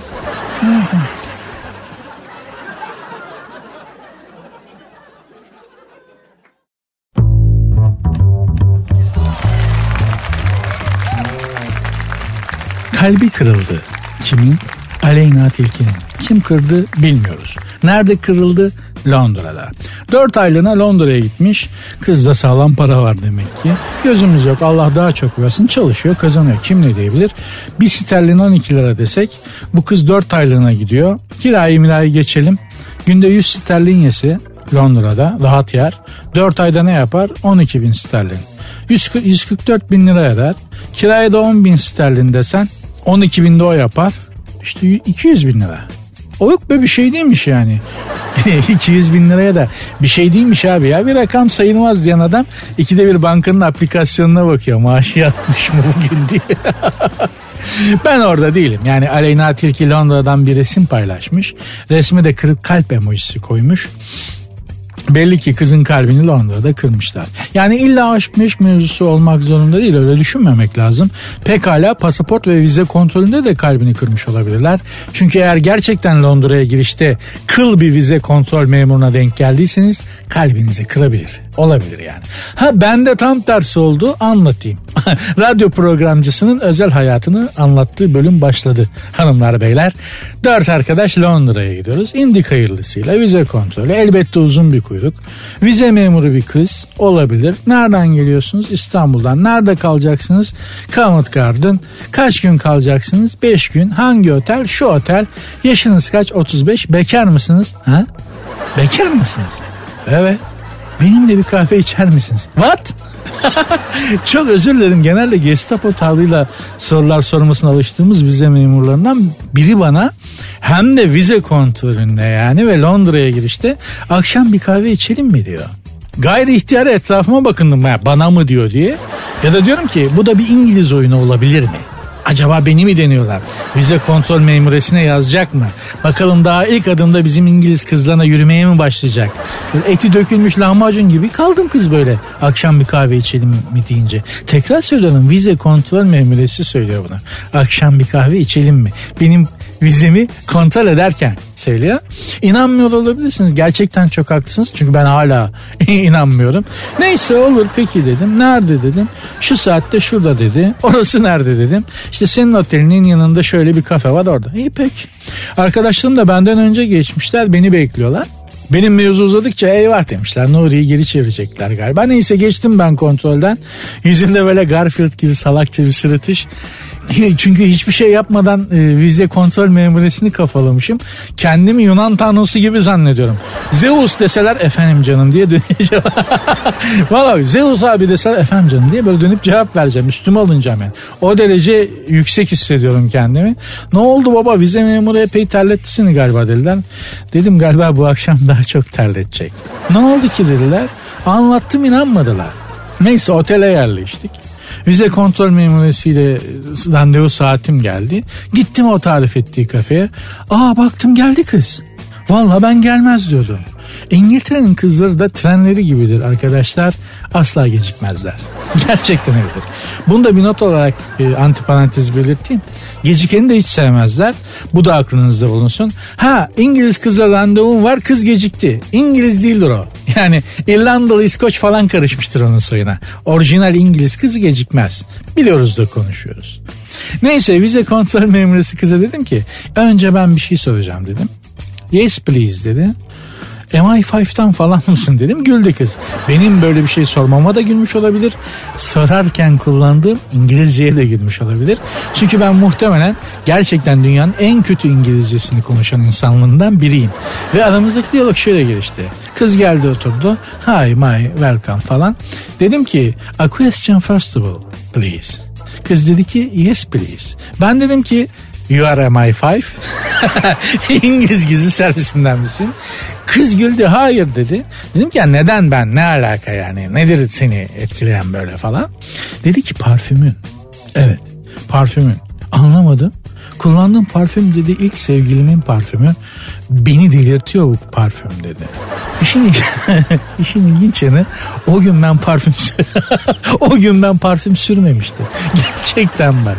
Speaker 2: Kalbi kırıldı. Kimin? Aleyna Tilki'nin. Kim kırdı bilmiyoruz. Nerede kırıldı? Londra'da. 4 aylığına Londra'ya gitmiş. Kızda sağlam para var demek ki. Gözümüz yok, Allah daha çok versin. Çalışıyor, kazanıyor. Kim ne diyebilir? Bir sterlin 12 lira desek, bu kız 4 aylığına gidiyor. Kirayı geçelim. Günde 100 sterlin yese Londra'da rahat yer. 4 ayda ne yapar? 12 bin sterlin. 144 bin lira eder. Kiraya da 10 bin sterlin desen 12 binde o yapar. İşte 200 bin lira. O yok be, bir şey değilmiş yani. 200 bin liraya da bir şey değilmiş abi ya. Bir rakam sayılmaz diyen adam 2'de bir bankanın aplikasyonuna bakıyor. Maaşı yatmış mı bugün diye. Ben orada değilim. Yani Aleyna Tilki Londra'dan bir resim paylaşmış. Resme de kırık kalp emojisi koymuş. Belli ki kızın kalbini Londra'da kırmışlar. Yani illa aşk meşk mevzusu olmak zorunda değil, öyle düşünmemek lazım. Pekala pasaport ve vize kontrolünde de kalbini kırmış olabilirler. Çünkü eğer gerçekten Londra'ya girişte kıl bir vize kontrol memuruna denk geldiyseniz kalbinizi kırabilir. Olabilir yani. Ha bende tam tersi oldu, anlatayım. Radyo programcısının özel hayatını anlattığı bölüm başladı. Hanımlar beyler, 4 arkadaş Londra'ya gidiyoruz. İndik hayırlısıyla, vize kontrolü, elbette uzun bir kuyruk. Vize memuru bir kız olabilir. Nereden geliyorsunuz? İstanbul'dan. Nerede kalacaksınız? Covent Garden. Kaç gün kalacaksınız? 5 gün. Hangi otel? Şu otel. Yaşınız kaç? 35. Bekar mısınız? Ha? Bekar mısınız? Evet. Benimle bir kahve içer misiniz? What? Çok özür dilerim. Genelde Gestapo tavrıyla sorular sormasına alıştığımız vize memurlarından biri bana, hem de vize kontrolünde yani ve Londra'ya girişte, akşam bir kahve içelim mi diyor. Gayri ihtiyari etrafıma bakındım, bana mı diyor diye. Ya da diyorum ki bu da bir İngiliz oyunu olabilir mi? Acaba beni mi deniyorlar? Vize kontrol memuresine yazacak mı? Bakalım daha ilk adımda bizim İngiliz kızlarına yürümeye mi başlayacak? Böyle eti dökülmüş lahmacun gibi kaldım kız böyle. Akşam bir kahve içelim mi deyince. Tekrar söylüyorum, vize kontrol memuresi söylüyor bunu. Akşam bir kahve içelim mi? Benim vizemi kontrol ederken söylüyor. İnanmıyor olabilirsiniz. Gerçekten çok haklısınız. Çünkü ben hala inanmıyorum. Neyse olur peki dedim. Nerede dedim. Şu saatte şurada dedi. Orası nerede dedim. İşte senin otelinin yanında şöyle bir kafe var orada. İyi peki. Arkadaşlarım da benden önce geçmişler. Beni bekliyorlar. Benim mevzu uzadıkça eyvah demişler. Nuri'yi geri çevirecekler galiba. Neyse geçtim ben kontrolden. Yüzümde böyle Garfield gibi salakça bir sırıtış. Çünkü hiçbir şey yapmadan vize kontrol memuresini kafalamışım. Kendimi Yunan tanrısı gibi zannediyorum. Zeus deseler efendim canım diye döneceğim. Vallahi Zeus abi deseler efendim canım diye böyle dönüp cevap vereceğim. Üstüme alınacağım yani. O derece yüksek hissediyorum kendimi. Ne oldu baba, vize memuru epey terletti seni galiba dediler. Dedim galiba bu akşam daha çok terletecek. Ne oldu ki dediler. Anlattım, inanmadılar. Neyse otele yerleştik. Vize kontrol memuresiyle randevu saatim geldi. Gittim o tarif ettiği kafeye. Baktım geldi kız. Vallahi ben gelmez diyordum. İngiltere'nin kızları da trenleri gibidir arkadaşlar. Asla gecikmezler. Gerçekten öyledir. Bunu da bir not olarak antiparantez belirteyim. Gecikeni de hiç sevmezler. Bu da aklınızda bulunsun. İngiliz kızla randevum var, kız gecikti. İngiliz değildir o. Yani İrlandalı, İskoç falan karışmıştır onun soyuna. Orijinal İngiliz kızı gecikmez. Biliyoruz da konuşuyoruz. Neyse vize kontrol memuresi kıza dedim ki önce ben bir şey soracağım dedim. Yes please dedi. MI5'tan falan mısın dedim. Güldü kız. Benim böyle bir şey sormama da gülmüş olabilir. Sorarken kullandığım İngilizceye de gülmüş olabilir. Çünkü ben muhtemelen gerçekten dünyanın en kötü İngilizcesini konuşan insanlığından biriyim. Ve aramızdaki diyalog şöyle gelişti. Kız geldi oturdu. Hi my welcome falan. Dedim ki a question first of all please. Kız dedi ki yes please. Ben dedim ki you are MI5. İngiliz gizli servisinden misin? Kız güldü, hayır dedi. Dedim ki ya neden ben, ne alaka yani, nedir seni etkileyen böyle falan. Dedi ki parfümün. Evet, parfümün. Anlamadım. Kullandığım parfüm dedi ilk sevgilimin parfümü. Beni delirtiyor bu parfüm dedi. İşin ilginç yanı o gün ben parfüm sürmemiştim. Gerçekten bak.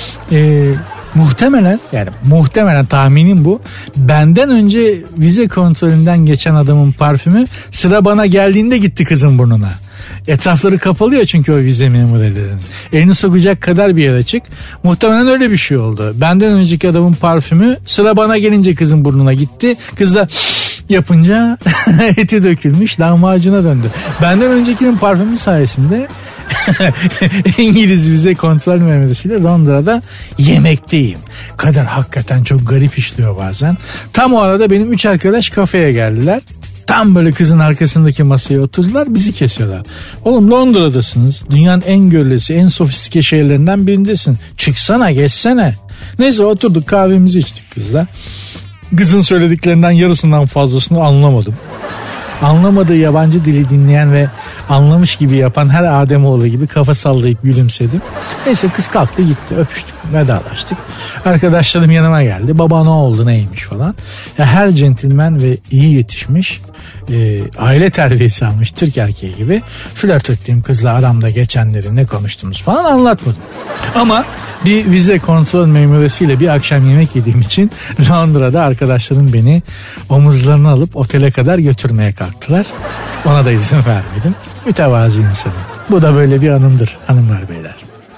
Speaker 2: Muhtemelen tahminim bu. Benden önce vize kontrolünden geçen adamın parfümü sıra bana geldiğinde gitti kızın burnuna. Etrafları kapalı ya çünkü o vize memurlarının. Elini sokacak kadar bir yer açık. Muhtemelen öyle bir şey oldu. Benden önceki adamın parfümü sıra bana gelince kızın burnuna gitti. Kız da yapınca eti dökülmüş lahmacuna döndü. Benden öncekinin parfümü sayesinde İngiliz vize kontrol memuresiyle Londra'da yemekteyim. Kader hakikaten çok garip işliyor bazen. Tam o arada benim 3 arkadaş kafeye geldiler. Tam böyle kızın arkasındaki masaya oturdular, bizi kesiyorlar. Oğlum Londra'dasınız. Dünyanın en görülesi, en sofistike şehirlerinden birindesin. Çıksana, geçsene. Neyse oturduk, kahvemizi içtik kızla. Kızın söylediklerinden yarısından fazlasını anlamadım. Anlamadığı yabancı dili dinleyen ve anlamış gibi yapan her Ademoğlu gibi kafa sallayıp gülümsedim. Neyse kız kalktı gitti, öpüştük, vedalaştık. Arkadaşlarım yanıma geldi. Baba ne oldu, neymiş falan. Ya her centilmen ve iyi yetişmiş, aile terbiyesi almış Türk erkeği gibi flört ettiğim kızla aramda geçenleri, ne konuştuğumuz falan anlatmadım. Ama bir vize kontrol memuresiyle bir akşam yemek yediğim için Londra'da arkadaşlarım beni omuzlarına alıp otele kadar götürmeye kalktı. yaptılar. Ona da izin vermedim. Mütevazi insanım. Bu da böyle bir anımdır hanımlar beyler.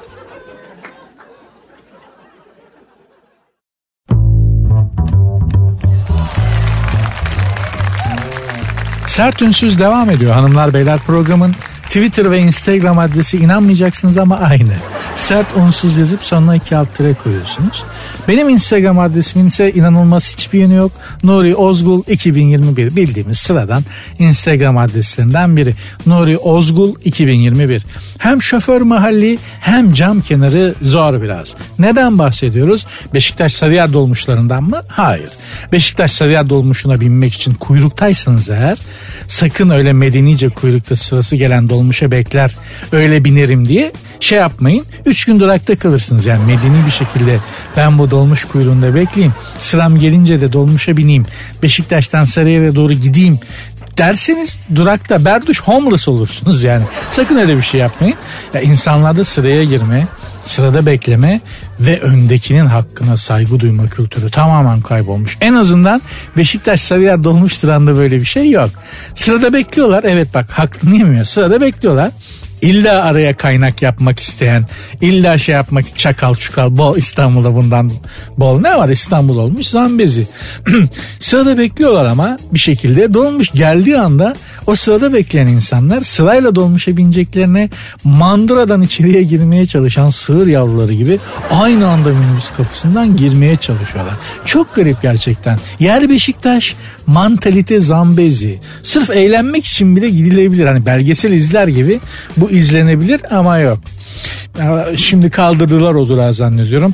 Speaker 2: Sert Ünsüz devam ediyor hanımlar beyler. Programın Twitter ve Instagram adresi inanmayacaksınız ama aynı. Sert Unsuz yazıp sonuna 2 alt tire koyuyorsunuz. Benim Instagram adresimin ise inanılmaz hiçbir yönü yok. Nuri Ozgul 2021 bildiğimiz sıradan Instagram adreslerinden biri. Nuri Ozgul 2021. Hem şoför mahalli hem cam kenarı zor biraz. Neden bahsediyoruz? Beşiktaş Sarıyer dolmuşlarından mı? Hayır. Beşiktaş Sarıyer dolmuşuna binmek için kuyruktaysanız eğer sakın öyle medenice kuyrukta sırası gelen dolmuşa bekler öyle binerim diye şey yapmayın. 3 gün durakta kalırsınız. Yani medeni bir şekilde ben bu dolmuş kuyruğunda bekleyeyim. Sıram gelince de dolmuşa bineyim. Beşiktaş'tan Sarıyer'e doğru gideyim derseniz durakta berduş homeless olursunuz yani. Sakın öyle bir şey yapmayın. Ya insanlarda sıraya girme, sırada bekleme ve öndekinin hakkına saygı duyma kültürü tamamen kaybolmuş. En azından Beşiktaş Sarıyer dolmuş durağında böyle bir şey yok. Sırada bekliyorlar. Evet bak hakkını yemiyor. Sırada bekliyorlar. İlla araya kaynak yapmak isteyen, illa şey yapmak, çakal çukal, bol İstanbul'da bundan bol ne var, İstanbul olmuş Zambezi. Sırada bekliyorlar ama bir şekilde dolmuş geldiği anda o sırada bekleyen insanlar sırayla dolmuşa bineceklerine mandıradan içeriye girmeye çalışan sığır yavruları gibi aynı anda minibüs kapısından girmeye çalışıyorlar. Çok garip gerçekten. Yer Beşiktaş, mantalite Zambezi. Sırf eğlenmek için bile gidilebilir. Hani belgesel izler gibi bu izlenebilir ama yok. Şimdi kaldırdılar o durağı zannediyorum.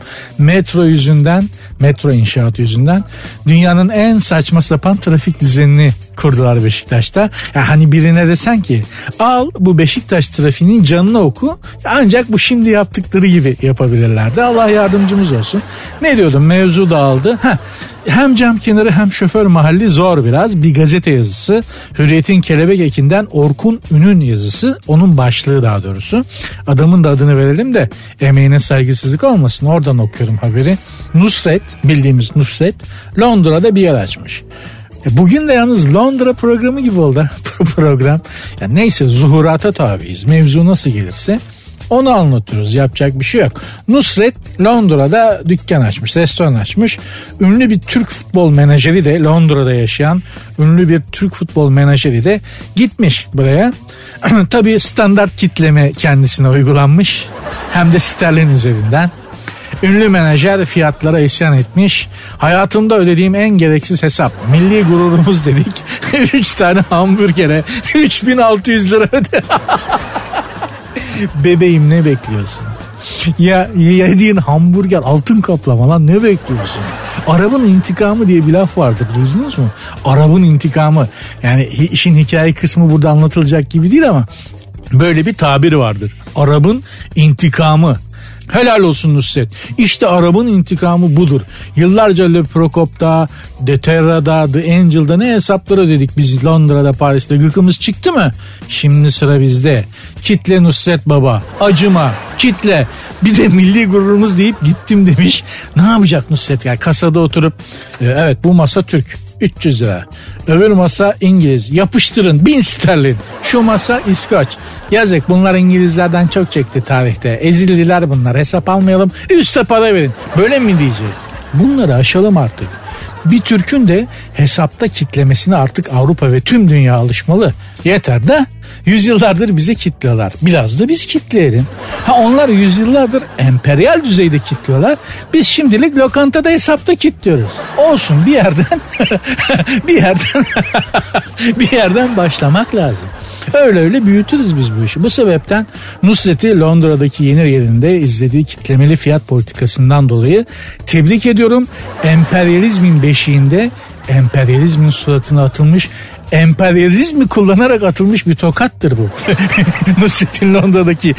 Speaker 2: Metro inşaatı yüzünden dünyanın en saçma sapan trafik düzenini kurdular Beşiktaş'ta. Yani hani birine desen ki al bu Beşiktaş trafiğinin canını oku, ancak bu şimdi yaptıkları gibi yapabilirlerdi. Allah yardımcımız olsun. Ne diyordum, mevzu dağıldı. Hem cam kenarı hem şoför mahalli zor biraz. Bir gazete yazısı. Hürriyet'in Kelebek Eki'nden Orkun Ün'ün yazısı. Onun başlığı daha doğrusu. Adamın da adını verelim de emeğine saygısızlık olmasın. Oradan okuyorum haberi. Nusret, bildiğimiz Nusret Londra'da bir yer açmış. Bugün de yalnız Londra programı gibi oldu program. Ya neyse, zuhurata tabiiz. Mevzu nasıl gelirse onu anlatıyoruz. Yapacak bir şey yok. Nusret Londra'da dükkan açmış, restoran açmış. Ünlü bir Türk futbol menajeri de, Londra'da yaşayan ünlü bir Türk futbol menajeri de gitmiş buraya. Tabii standart kitleme kendisine uygulanmış. Hem de sterlin üzerinden. Ünlü menajer fiyatlara isyan etmiş. Hayatımda ödediğim en gereksiz hesap. Milli gururumuz dedik. 3 tane hamburgere 3600 lira öde. Bebeğim ne bekliyorsun? Ya yediğin hamburger altın kaplama lan, ne bekliyorsun? Arap'ın intikamı diye bir laf vardır, duydunuz mu? Arap'ın intikamı. Yani işin hikaye kısmı burada anlatılacak gibi değil ama böyle bir tabiri vardır. Arap'ın intikamı. Helal olsun Nusret. İşte Arap'ın intikamı budur. Yıllarca Le Procop'ta, De Terra'da, The Angel'da ne hesaplar ödedik biz Londra'da, Paris'te. Gıkımız çıktı mı? Şimdi sıra bizde. Kitle Nusret Baba. Acıma. Kitle. Bir de milli gururumuz deyip gittim demiş. Ne yapacak Nusret? Yani kasada oturup evet bu masa Türk. 300 lira. Öbür masa İngiliz. Yapıştırın 1000 sterlin. Şu masa İskoç. Yazık, bunlar İngilizlerden çok çekti tarihte. Ezildiler bunlar, hesap almayalım, üste para verin. Böyle mi diyecek? Bunları aşalım artık. Bir Türk'ün de hesapta kitlemesine artık Avrupa ve tüm dünya alışmalı. Yeter de yüzyıllardır bize kitliyorlar. Biraz da biz kitleyelim. Onlar yüzyıllardır emperyal düzeyde kitliyorlar. Biz şimdilik lokantada hesapta kitliyoruz. Olsun, bir yerden bir yerden başlamak lazım. Öyle büyütürüz biz bu işi. Bu sebepten Nusret'i Londra'daki yeni yerinde izlediği kitlemeli fiyat politikasından dolayı tebrik ediyorum. Emperyalizmin beşiğinde emperyalizmin suratına atılmış, emperyalizmi kullanarak atılmış bir tokattır bu. Nusret'in Londra'daki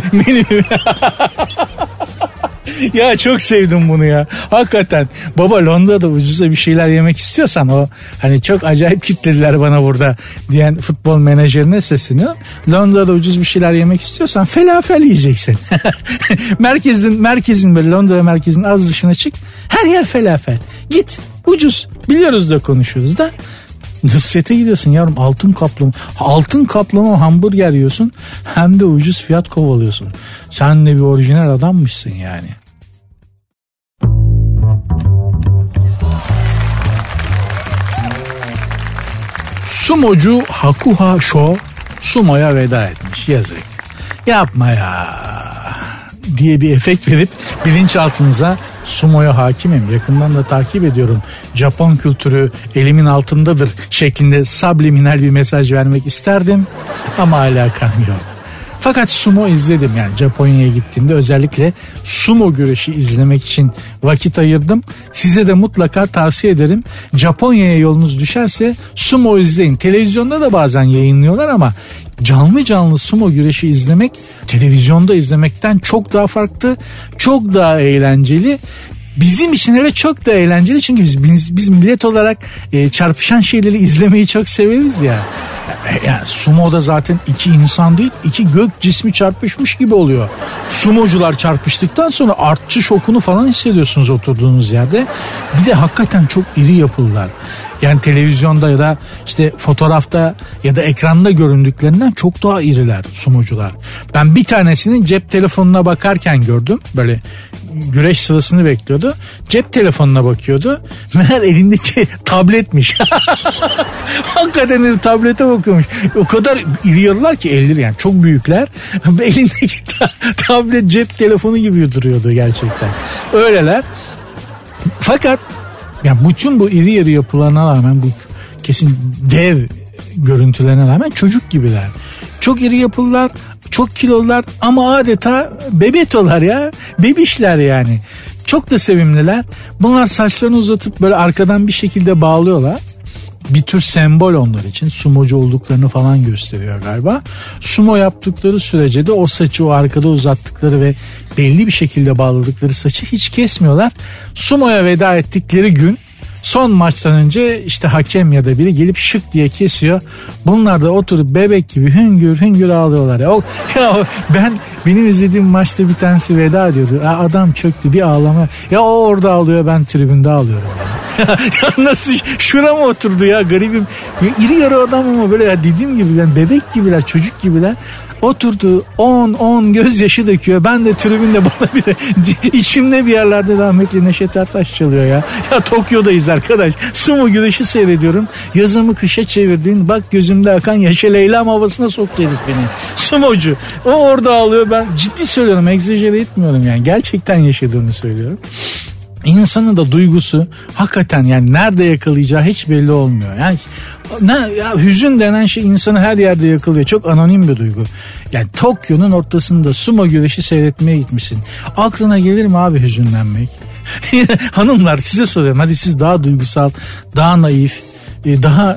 Speaker 2: Ya çok sevdim bunu ya. Hakikaten baba, Londra'da ucuza bir şeyler yemek istiyorsan, o hani çok acayip kitlediler bana burada diyen futbol menajerine sesleniyor. Londra'da ucuz bir şeyler yemek istiyorsan felafel yiyeceksin. merkezin böyle Londra merkezinin az dışına çık. Her yer felafel. Git, ucuz. Biliyoruz da konuşuyoruz da. Nusret'e gidiyorsun yavrum, altın kaplama hamburger yiyorsun, hem de ucuz fiyat kovalıyorsun. Sen de bir orijinal adammışsın yani. Sumocu Hakuha Sho sumoya veda etmiş, yazık. Yapma ya diye bir efekt verip bilinçaltınıza sumoya hakimim, yakından da takip ediyorum, Japon kültürü elimin altındadır şeklinde subliminal bir mesaj vermek isterdim ama alakam yok. Fakat sumo izledim, yani Japonya'ya gittiğimde özellikle sumo güreşi izlemek için vakit ayırdım. Size de mutlaka tavsiye ederim. Japonya'ya yolunuz düşerse sumo izleyin. Televizyonda da bazen yayınlıyorlar ama canlı sumo güreşi izlemek televizyonda izlemekten çok daha farklı, çok daha eğlenceli. Bizim için öyle çok da eğlenceli çünkü biz millet olarak çarpışan şeyleri izlemeyi çok severiz ya. Yani sumoda zaten iki insan değil, iki gök cismi çarpışmış gibi oluyor. Sumocular çarpıştıktan sonra artçı şokunu falan hissediyorsunuz oturduğunuz yerde. Bir de hakikaten çok iri yapılılar. Yani televizyonda ya da işte fotoğrafta ya da ekranda göründüklerinden çok daha iriler sumocular. Ben bir tanesinin cep telefonuna bakarken gördüm. Böyle güreş sırasını bekliyordu. Cep telefonuna bakıyordu. Meğer elindeki tabletmiş. Hakikaten tablete bakıyormuş. O kadar iri yarılar ki elleri, yani çok büyükler. Elindeki tablet cep telefonu gibi duruyordu gerçekten. Öyleler. Fakat yani bütün bu iri yarı yapılarına rağmen, bu kesin dev görüntülerine rağmen çocuk gibiler. Çok iri yapılılar, çok kilolular ama adeta bebetolar ya. Bebişler yani. Çok da sevimliler. Bunlar saçlarını uzatıp böyle arkadan bir şekilde bağlıyorlar. Bir tür sembol onlar için. Sumocu olduklarını falan gösteriyor galiba. Sumo yaptıkları sürece de o saçı, o arkada uzattıkları ve belli bir şekilde bağladıkları saçı hiç kesmiyorlar. Sumoya veda ettikleri gün, son maçtan önce işte hakem ya da biri gelip şık diye kesiyor. Bunlar da oturup bebek gibi hüngür ağlıyorlar. Benim izlediğim maçta bir tanesi veda ediyordu. Adam çöktü, bir ağlama. Ya o orada ağlıyor, ben tribünde ağlıyorum. Ya nasıl şurama oturdu ya, garibim. İri yarı adam ama böyle ya, dediğim gibi yani bebek gibiler, çocuk gibiler. Oturdu 10 gözyaşı döküyor. Ben de tribünde, bana bir de içimde bir yerlerde rahmetli Neşet Ertaş çalıyor ya. Ya Tokyo'dayız arkadaş. Sumo güreşi seyrediyorum. Yazımı kışa çevirdiğin, bak gözümde akan yaşa Leyla'm havasına soktu herif beni. Sumocu. O orada ağlıyor, ben ciddi söylüyorum, egzajere etmiyorum yani. Gerçekten yaşadığımı söylüyorum. İnsanın da duygusu hakikaten yani nerede yakalayacağı hiç belli olmuyor. Yani hüzün denen şey insanı her yerde yakalıyor. Çok anonim bir duygu. Yani Tokyo'nun ortasında sumo güreşi seyretmeye gitmişsin. Aklına gelir mi abi hüzünlenmek? Hanımlar, size soruyorum. Hadi siz daha duygusal, daha naif, daha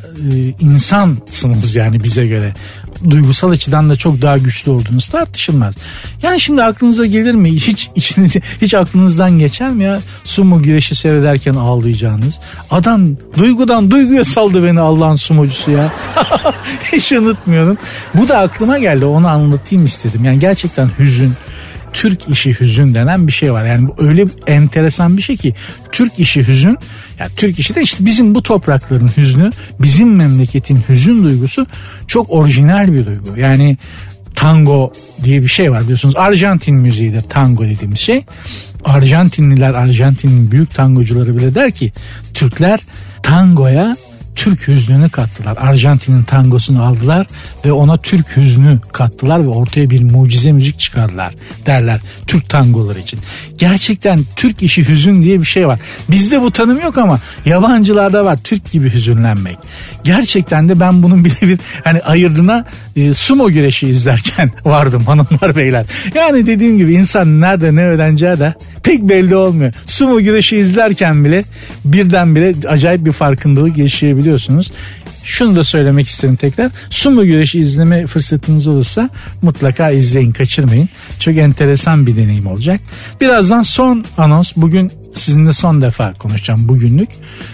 Speaker 2: insansınız yani bize göre. Duygusal açıdan da çok daha güçlü olduğunuz tartışılmaz. Yani şimdi aklınıza gelir mi? Hiç aklınızdan geçer mi ya? Sumo güreşi seyrederken ağlayacağınız. Adam duygudan duyguya saldı beni, Allah'ın sumocusu ya. Hiç unutmuyorum. Bu da aklıma geldi, onu anlatayım istedim. Yani gerçekten hüzün, Türk işi hüzün denen bir şey var. Yani bu öyle enteresan bir şey ki, Türk işi hüzün, yani Türk işi de işte bizim bu toprakların hüznü, bizim memleketin hüzün duygusu çok orijinal bir duygu. Yani tango diye bir şey var biliyorsunuz. Arjantin müziğidir tango dediğimiz şey. Arjantinliler, Arjantin'in büyük tangocuları bile der ki, Türkler tangoya Türk hüznünü kattılar. Arjantin'in tangosunu aldılar ve ona Türk hüznü kattılar ve ortaya bir mucize müzik çıkardılar derler Türk tangoları için. Gerçekten Türk işi hüzün diye bir şey var. Bizde bu tanım yok ama yabancılarda var, Türk gibi hüzünlenmek. Gerçekten de ben bunun bir hani ayırdına sumo güreşi izlerken vardım hanımlar beyler. Yani dediğim gibi insan nerede ne öğreneceği de pek belli olmuyor. Sumo güreşi izlerken bile birdenbire acayip bir farkındalık yaşayabiliyorsunuz. Şunu da söylemek isterim tekrar. Sumo güreşi izleme fırsatınız olursa mutlaka izleyin, kaçırmayın. Çok enteresan bir deneyim olacak. Birazdan son anons. Bugün sizinle son defa konuşacağım bugünlük.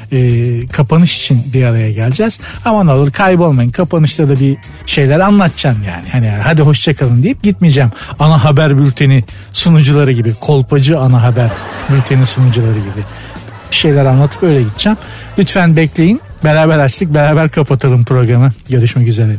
Speaker 2: Kapanış için bir araya geleceğiz. Ama ne olur kaybolmayın. Kapanışta da bir şeyler anlatacağım yani. Hani hadi hoşçakalın deyip gitmeyeceğim. Ana haber bülteni sunucuları gibi. Kolpacı ana haber bülteni sunucuları gibi. Bir şeyler anlatıp öyle gideceğim. Lütfen bekleyin. Beraber açtık, beraber kapatalım programı. Görüşmek üzere.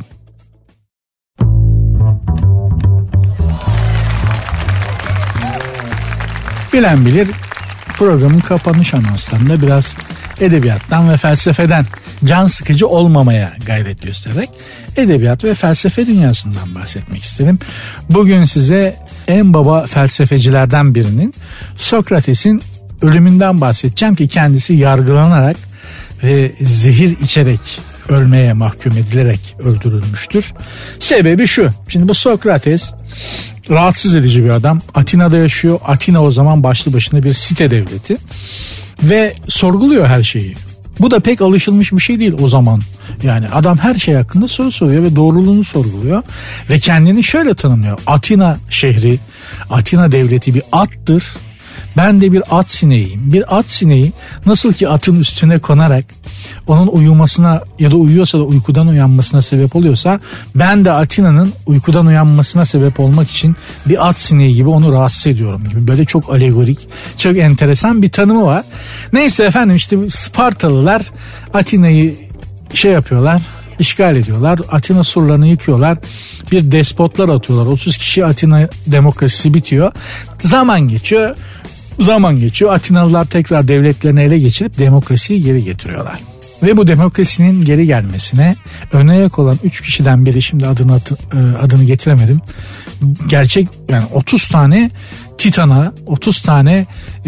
Speaker 2: Bilen bilir, programın kapanış anonslarında biraz edebiyattan ve felsefeden, can sıkıcı olmamaya gayret göstererek edebiyat ve felsefe dünyasından bahsetmek isterim. Bugün size en baba felsefecilerden birinin, Sokrates'in ölümünden bahsedeceğim ki kendisi yargılanarak ve zehir içerek ölmeye mahkum edilerek öldürülmüştür. Sebebi şu: şimdi bu Sokrates rahatsız edici bir adam. Atina'da yaşıyor. Atina o zaman başlı başına bir site devleti ve sorguluyor her şeyi. Bu da pek alışılmış bir şey değil o zaman. Yani adam her şey hakkında soru soruyor ve doğruluğunu sorguluyor ve kendini şöyle tanımlıyor: Atina şehri, Atina devleti bir attır. Ben de bir at sineğiyim. Bir at sineği nasıl ki atın üstüne konarak onun uyumasına ya da uyuyorsa da uykudan uyanmasına sebep oluyorsa, ben de Atina'nın uykudan uyanmasına sebep olmak için bir at sineği gibi onu rahatsız ediyorum gibi. Böyle çok alegorik, çok enteresan bir tanımı var. Neyse efendim, işte Spartalılar Atina'yı yapıyorlar, işgal ediyorlar. Atina surlarını yıkıyorlar. Bir despotlar atıyorlar. 30 kişi, Atina demokrasisi bitiyor. Zaman geçiyor. Atinalılar tekrar devletlerini ele geçirip demokrasiyi geri getiriyorlar. Ve bu demokrasinin geri gelmesine ön ayak olan 3 kişiden biri, şimdi adını getiremedim. Gerçek, yani 30 tane titana, 30 tane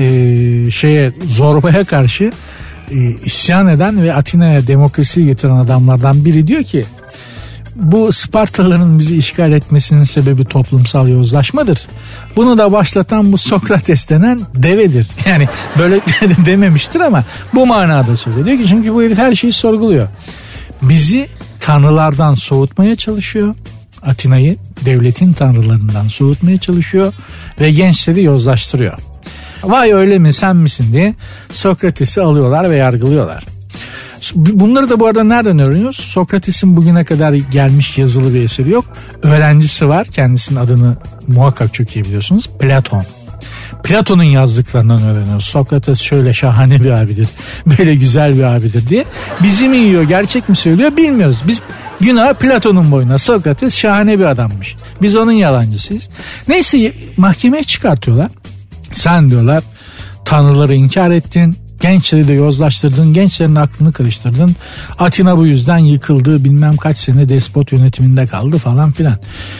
Speaker 2: zorbaya karşı isyan eden ve Atina'ya demokrasiyi getiren adamlardan biri diyor ki, bu Spartalıların bizi işgal etmesinin sebebi toplumsal yozlaşmadır. Bunu da başlatan bu Sokrates denen devedir. Yani böyle dememiştir ama bu manada söylüyor. Diyor ki çünkü bu herif her şeyi sorguluyor. Bizi tanrılardan soğutmaya çalışıyor. Atina'yı devletin tanrılarından soğutmaya çalışıyor ve gençleri yozlaştırıyor. Vay öyle mi, sen misin diye Sokrates'i alıyorlar ve yargılıyorlar. Bunları da bu arada nereden öğreniyoruz? Sokrates'in bugüne kadar gelmiş yazılı bir eseri yok. Öğrencisi var. Kendisinin adını muhakkak çok iyi biliyorsunuz. Platon. Platon'un yazdıklarından öğreniyoruz. Sokrates şöyle şahane bir abidir, böyle güzel bir abidir diye. Bizi mi yiyor, gerçek mi söylüyor bilmiyoruz. Biz günah Platon'un boynuna. Sokrates şahane bir adammış. Biz onun yalancısıyız. Neyse, mahkemeye çıkartıyorlar. Sen diyorlar tanrıları inkar ettin. Gençleri de yozlaştırdın, gençlerin aklını karıştırdın. Atina bu yüzden yıkıldı, bilmem kaç sene despot yönetiminde kaldı falan filan.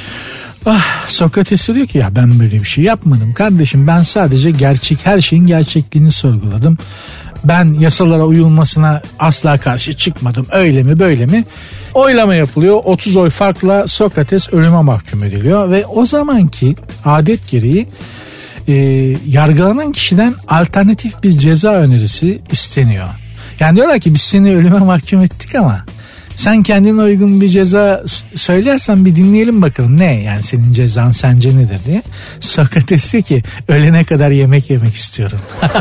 Speaker 2: Sokrates diyor ki, ya ben böyle bir şey yapmadım kardeşim, ben sadece her şeyin gerçekliğini sorguladım. Ben yasalara uyulmasına asla karşı çıkmadım, öyle mi böyle mi? Oylama yapılıyor, 30 oy farkla Sokrates ölüme mahkum ediliyor ve o zamanki adet gereği yargılanan kişiden alternatif bir ceza önerisi isteniyor. Yani diyorlar ki biz seni ölüme mahkum ettik ama sen kendine uygun bir ceza söylersen bir dinleyelim bakalım ne, yani senin cezan sence nedir diye. Sokrates diyor ki ölene kadar yemek istiyorum.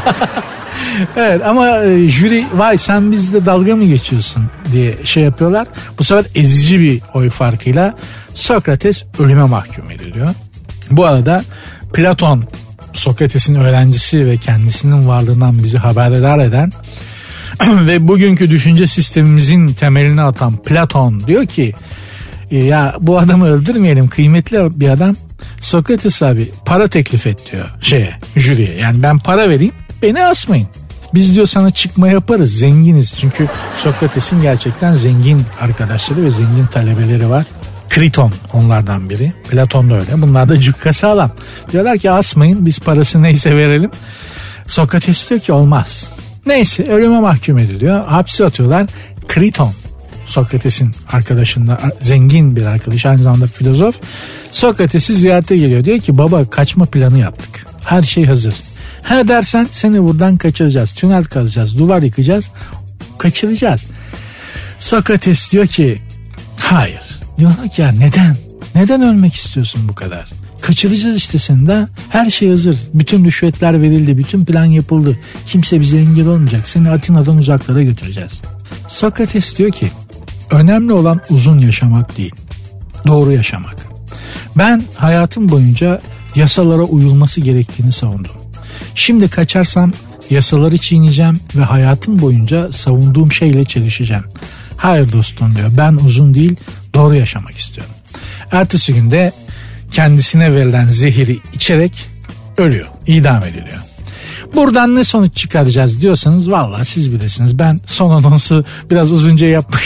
Speaker 2: Evet, ama jüri vay sen bizle dalga mı geçiyorsun diye yapıyorlar. Bu sefer ezici bir oy farkıyla Sokrates ölüme mahkum ediliyor. Bu arada Platon, Sokrates'in öğrencisi ve kendisinin varlığından bizi haberdar eden ve bugünkü düşünce sistemimizin temelini atan Platon diyor ki, ya bu adamı öldürmeyelim, kıymetli bir adam. Sokrates abi para teklif et diyor jüriye. Yani ben para vereyim, beni asmayın. Biz diyor sana çıkma yaparız, zenginiz. Çünkü Sokrates'in gerçekten zengin arkadaşları ve zengin talebeleri var. Kriton onlardan biri. Platon da öyle. Bunlar da cukka sağlam. Diyorlar ki asmayın, biz parası neyse verelim. Sokrates diyor ki olmaz. Neyse ölüme mahkum ediliyor. Hapse atıyorlar. Kriton, Sokrates'in arkadaşında zengin bir arkadaş, aynı zamanda filozof, Sokrates'i ziyarete geliyor. Diyor ki baba kaçma planı yaptık. Her şey hazır. Ha dersen seni buradan kaçıracağız. Tünel kazacağız, duvar yıkacağız, kaçıracağız. Sokrates diyor ki hayır. Diyorlar ki ya neden? Neden ölmek istiyorsun bu kadar? Kaçıracağız işte seni de. Her şey hazır. Bütün rüşvetler verildi. Bütün plan yapıldı. Kimse bize engel olmayacak. Seni Atina'dan uzaklara götüreceğiz. Sokrates diyor ki önemli olan uzun yaşamak değil, doğru yaşamak. Ben hayatım boyunca yasalara uyulması gerektiğini savundum. Şimdi kaçarsam Yasaları çiğneyeceğim ve hayatım boyunca savunduğum şeyle çelişeceğim. Hayır dostum diyor, ben uzun değil doğru yaşamak istiyorum. Ertesi günde kendisine verilen zehiri içerek ölüyor, idam ediliyor. Buradan ne sonuç çıkaracağız diyorsanız vallahi siz bilirsiniz. Ben son anonsu biraz uzunca yapmak.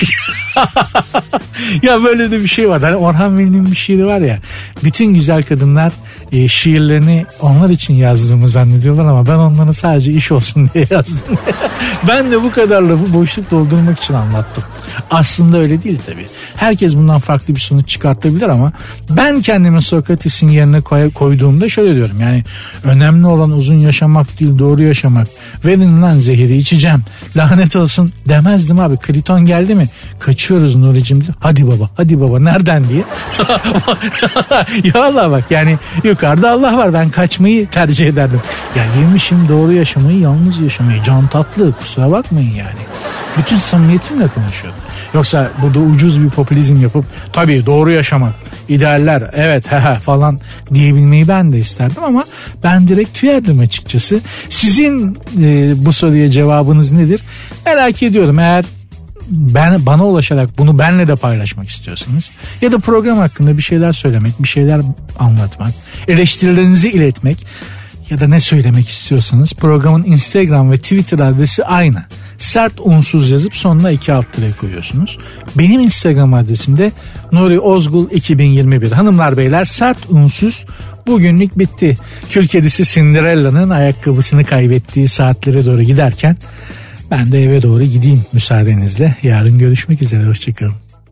Speaker 2: Ya böyle de bir şey var. Hani Orhan Veli'nin bir şiiri var ya. Bütün güzel kadınlar şiirlerini onlar için yazdığımı zannediyorlar ama ben onları sadece iş olsun diye yazdım. Ben de bu kadar lafı boşluk doldurmak için anlattım. Aslında öyle değil tabii. Herkes bundan farklı bir sonuç çıkartabilir ama ben kendimi Sokrates'in yerine koyduğumda şöyle diyorum. Yani önemli olan uzun yaşamak değil, doğru yaşamak. Verin lan zehiri içeceğim. Lanet olsun demezdim abi. Kriton geldi mi? Kaçıyoruz Nuri'cim diyor. Hadi baba nereden diye. Ya vallahi bak yani yukarıda Allah var, ben kaçmayı tercih ederdim. Ya yemişim doğru yaşamayı, yalnız yaşamayı. Can tatlı, kusura bakmayın yani. Bütün samimiyetimle konuşuyordum. Yoksa burada ucuz bir popülizm yapıp tabii doğru yaşamak, idealler evet falan diyebilmeyi ben de isterdim ama ben direkt tüyerdim açıkçası. Sizin bu soruya cevabınız nedir? Merak ediyorum. Eğer bana ulaşarak bunu benle de paylaşmak istiyorsanız ya da program hakkında bir şeyler söylemek, bir şeyler anlatmak, eleştirilerinizi iletmek ya da ne söylemek istiyorsanız programın Instagram ve Twitter adresi aynı. Sert unsuz yazıp sonuna 2 alt tire koyuyorsunuz. Benim Instagram adresim de Nuri Ozgul 2021. Hanımlar beyler, sert unsuz bugünlük bitti. Kül kedisi Cinderella'nın ayakkabısını kaybettiği saatlere doğru giderken ben de eve doğru gideyim müsaadenizle. Yarın görüşmek üzere, hoşçakalın.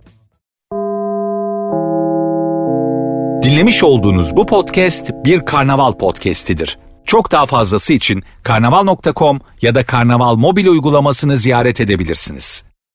Speaker 1: Dinlemiş olduğunuz bu podcast bir Karnaval podcastidir. Çok daha fazlası için karnaval.com ya da Karnaval mobil uygulamasını ziyaret edebilirsiniz.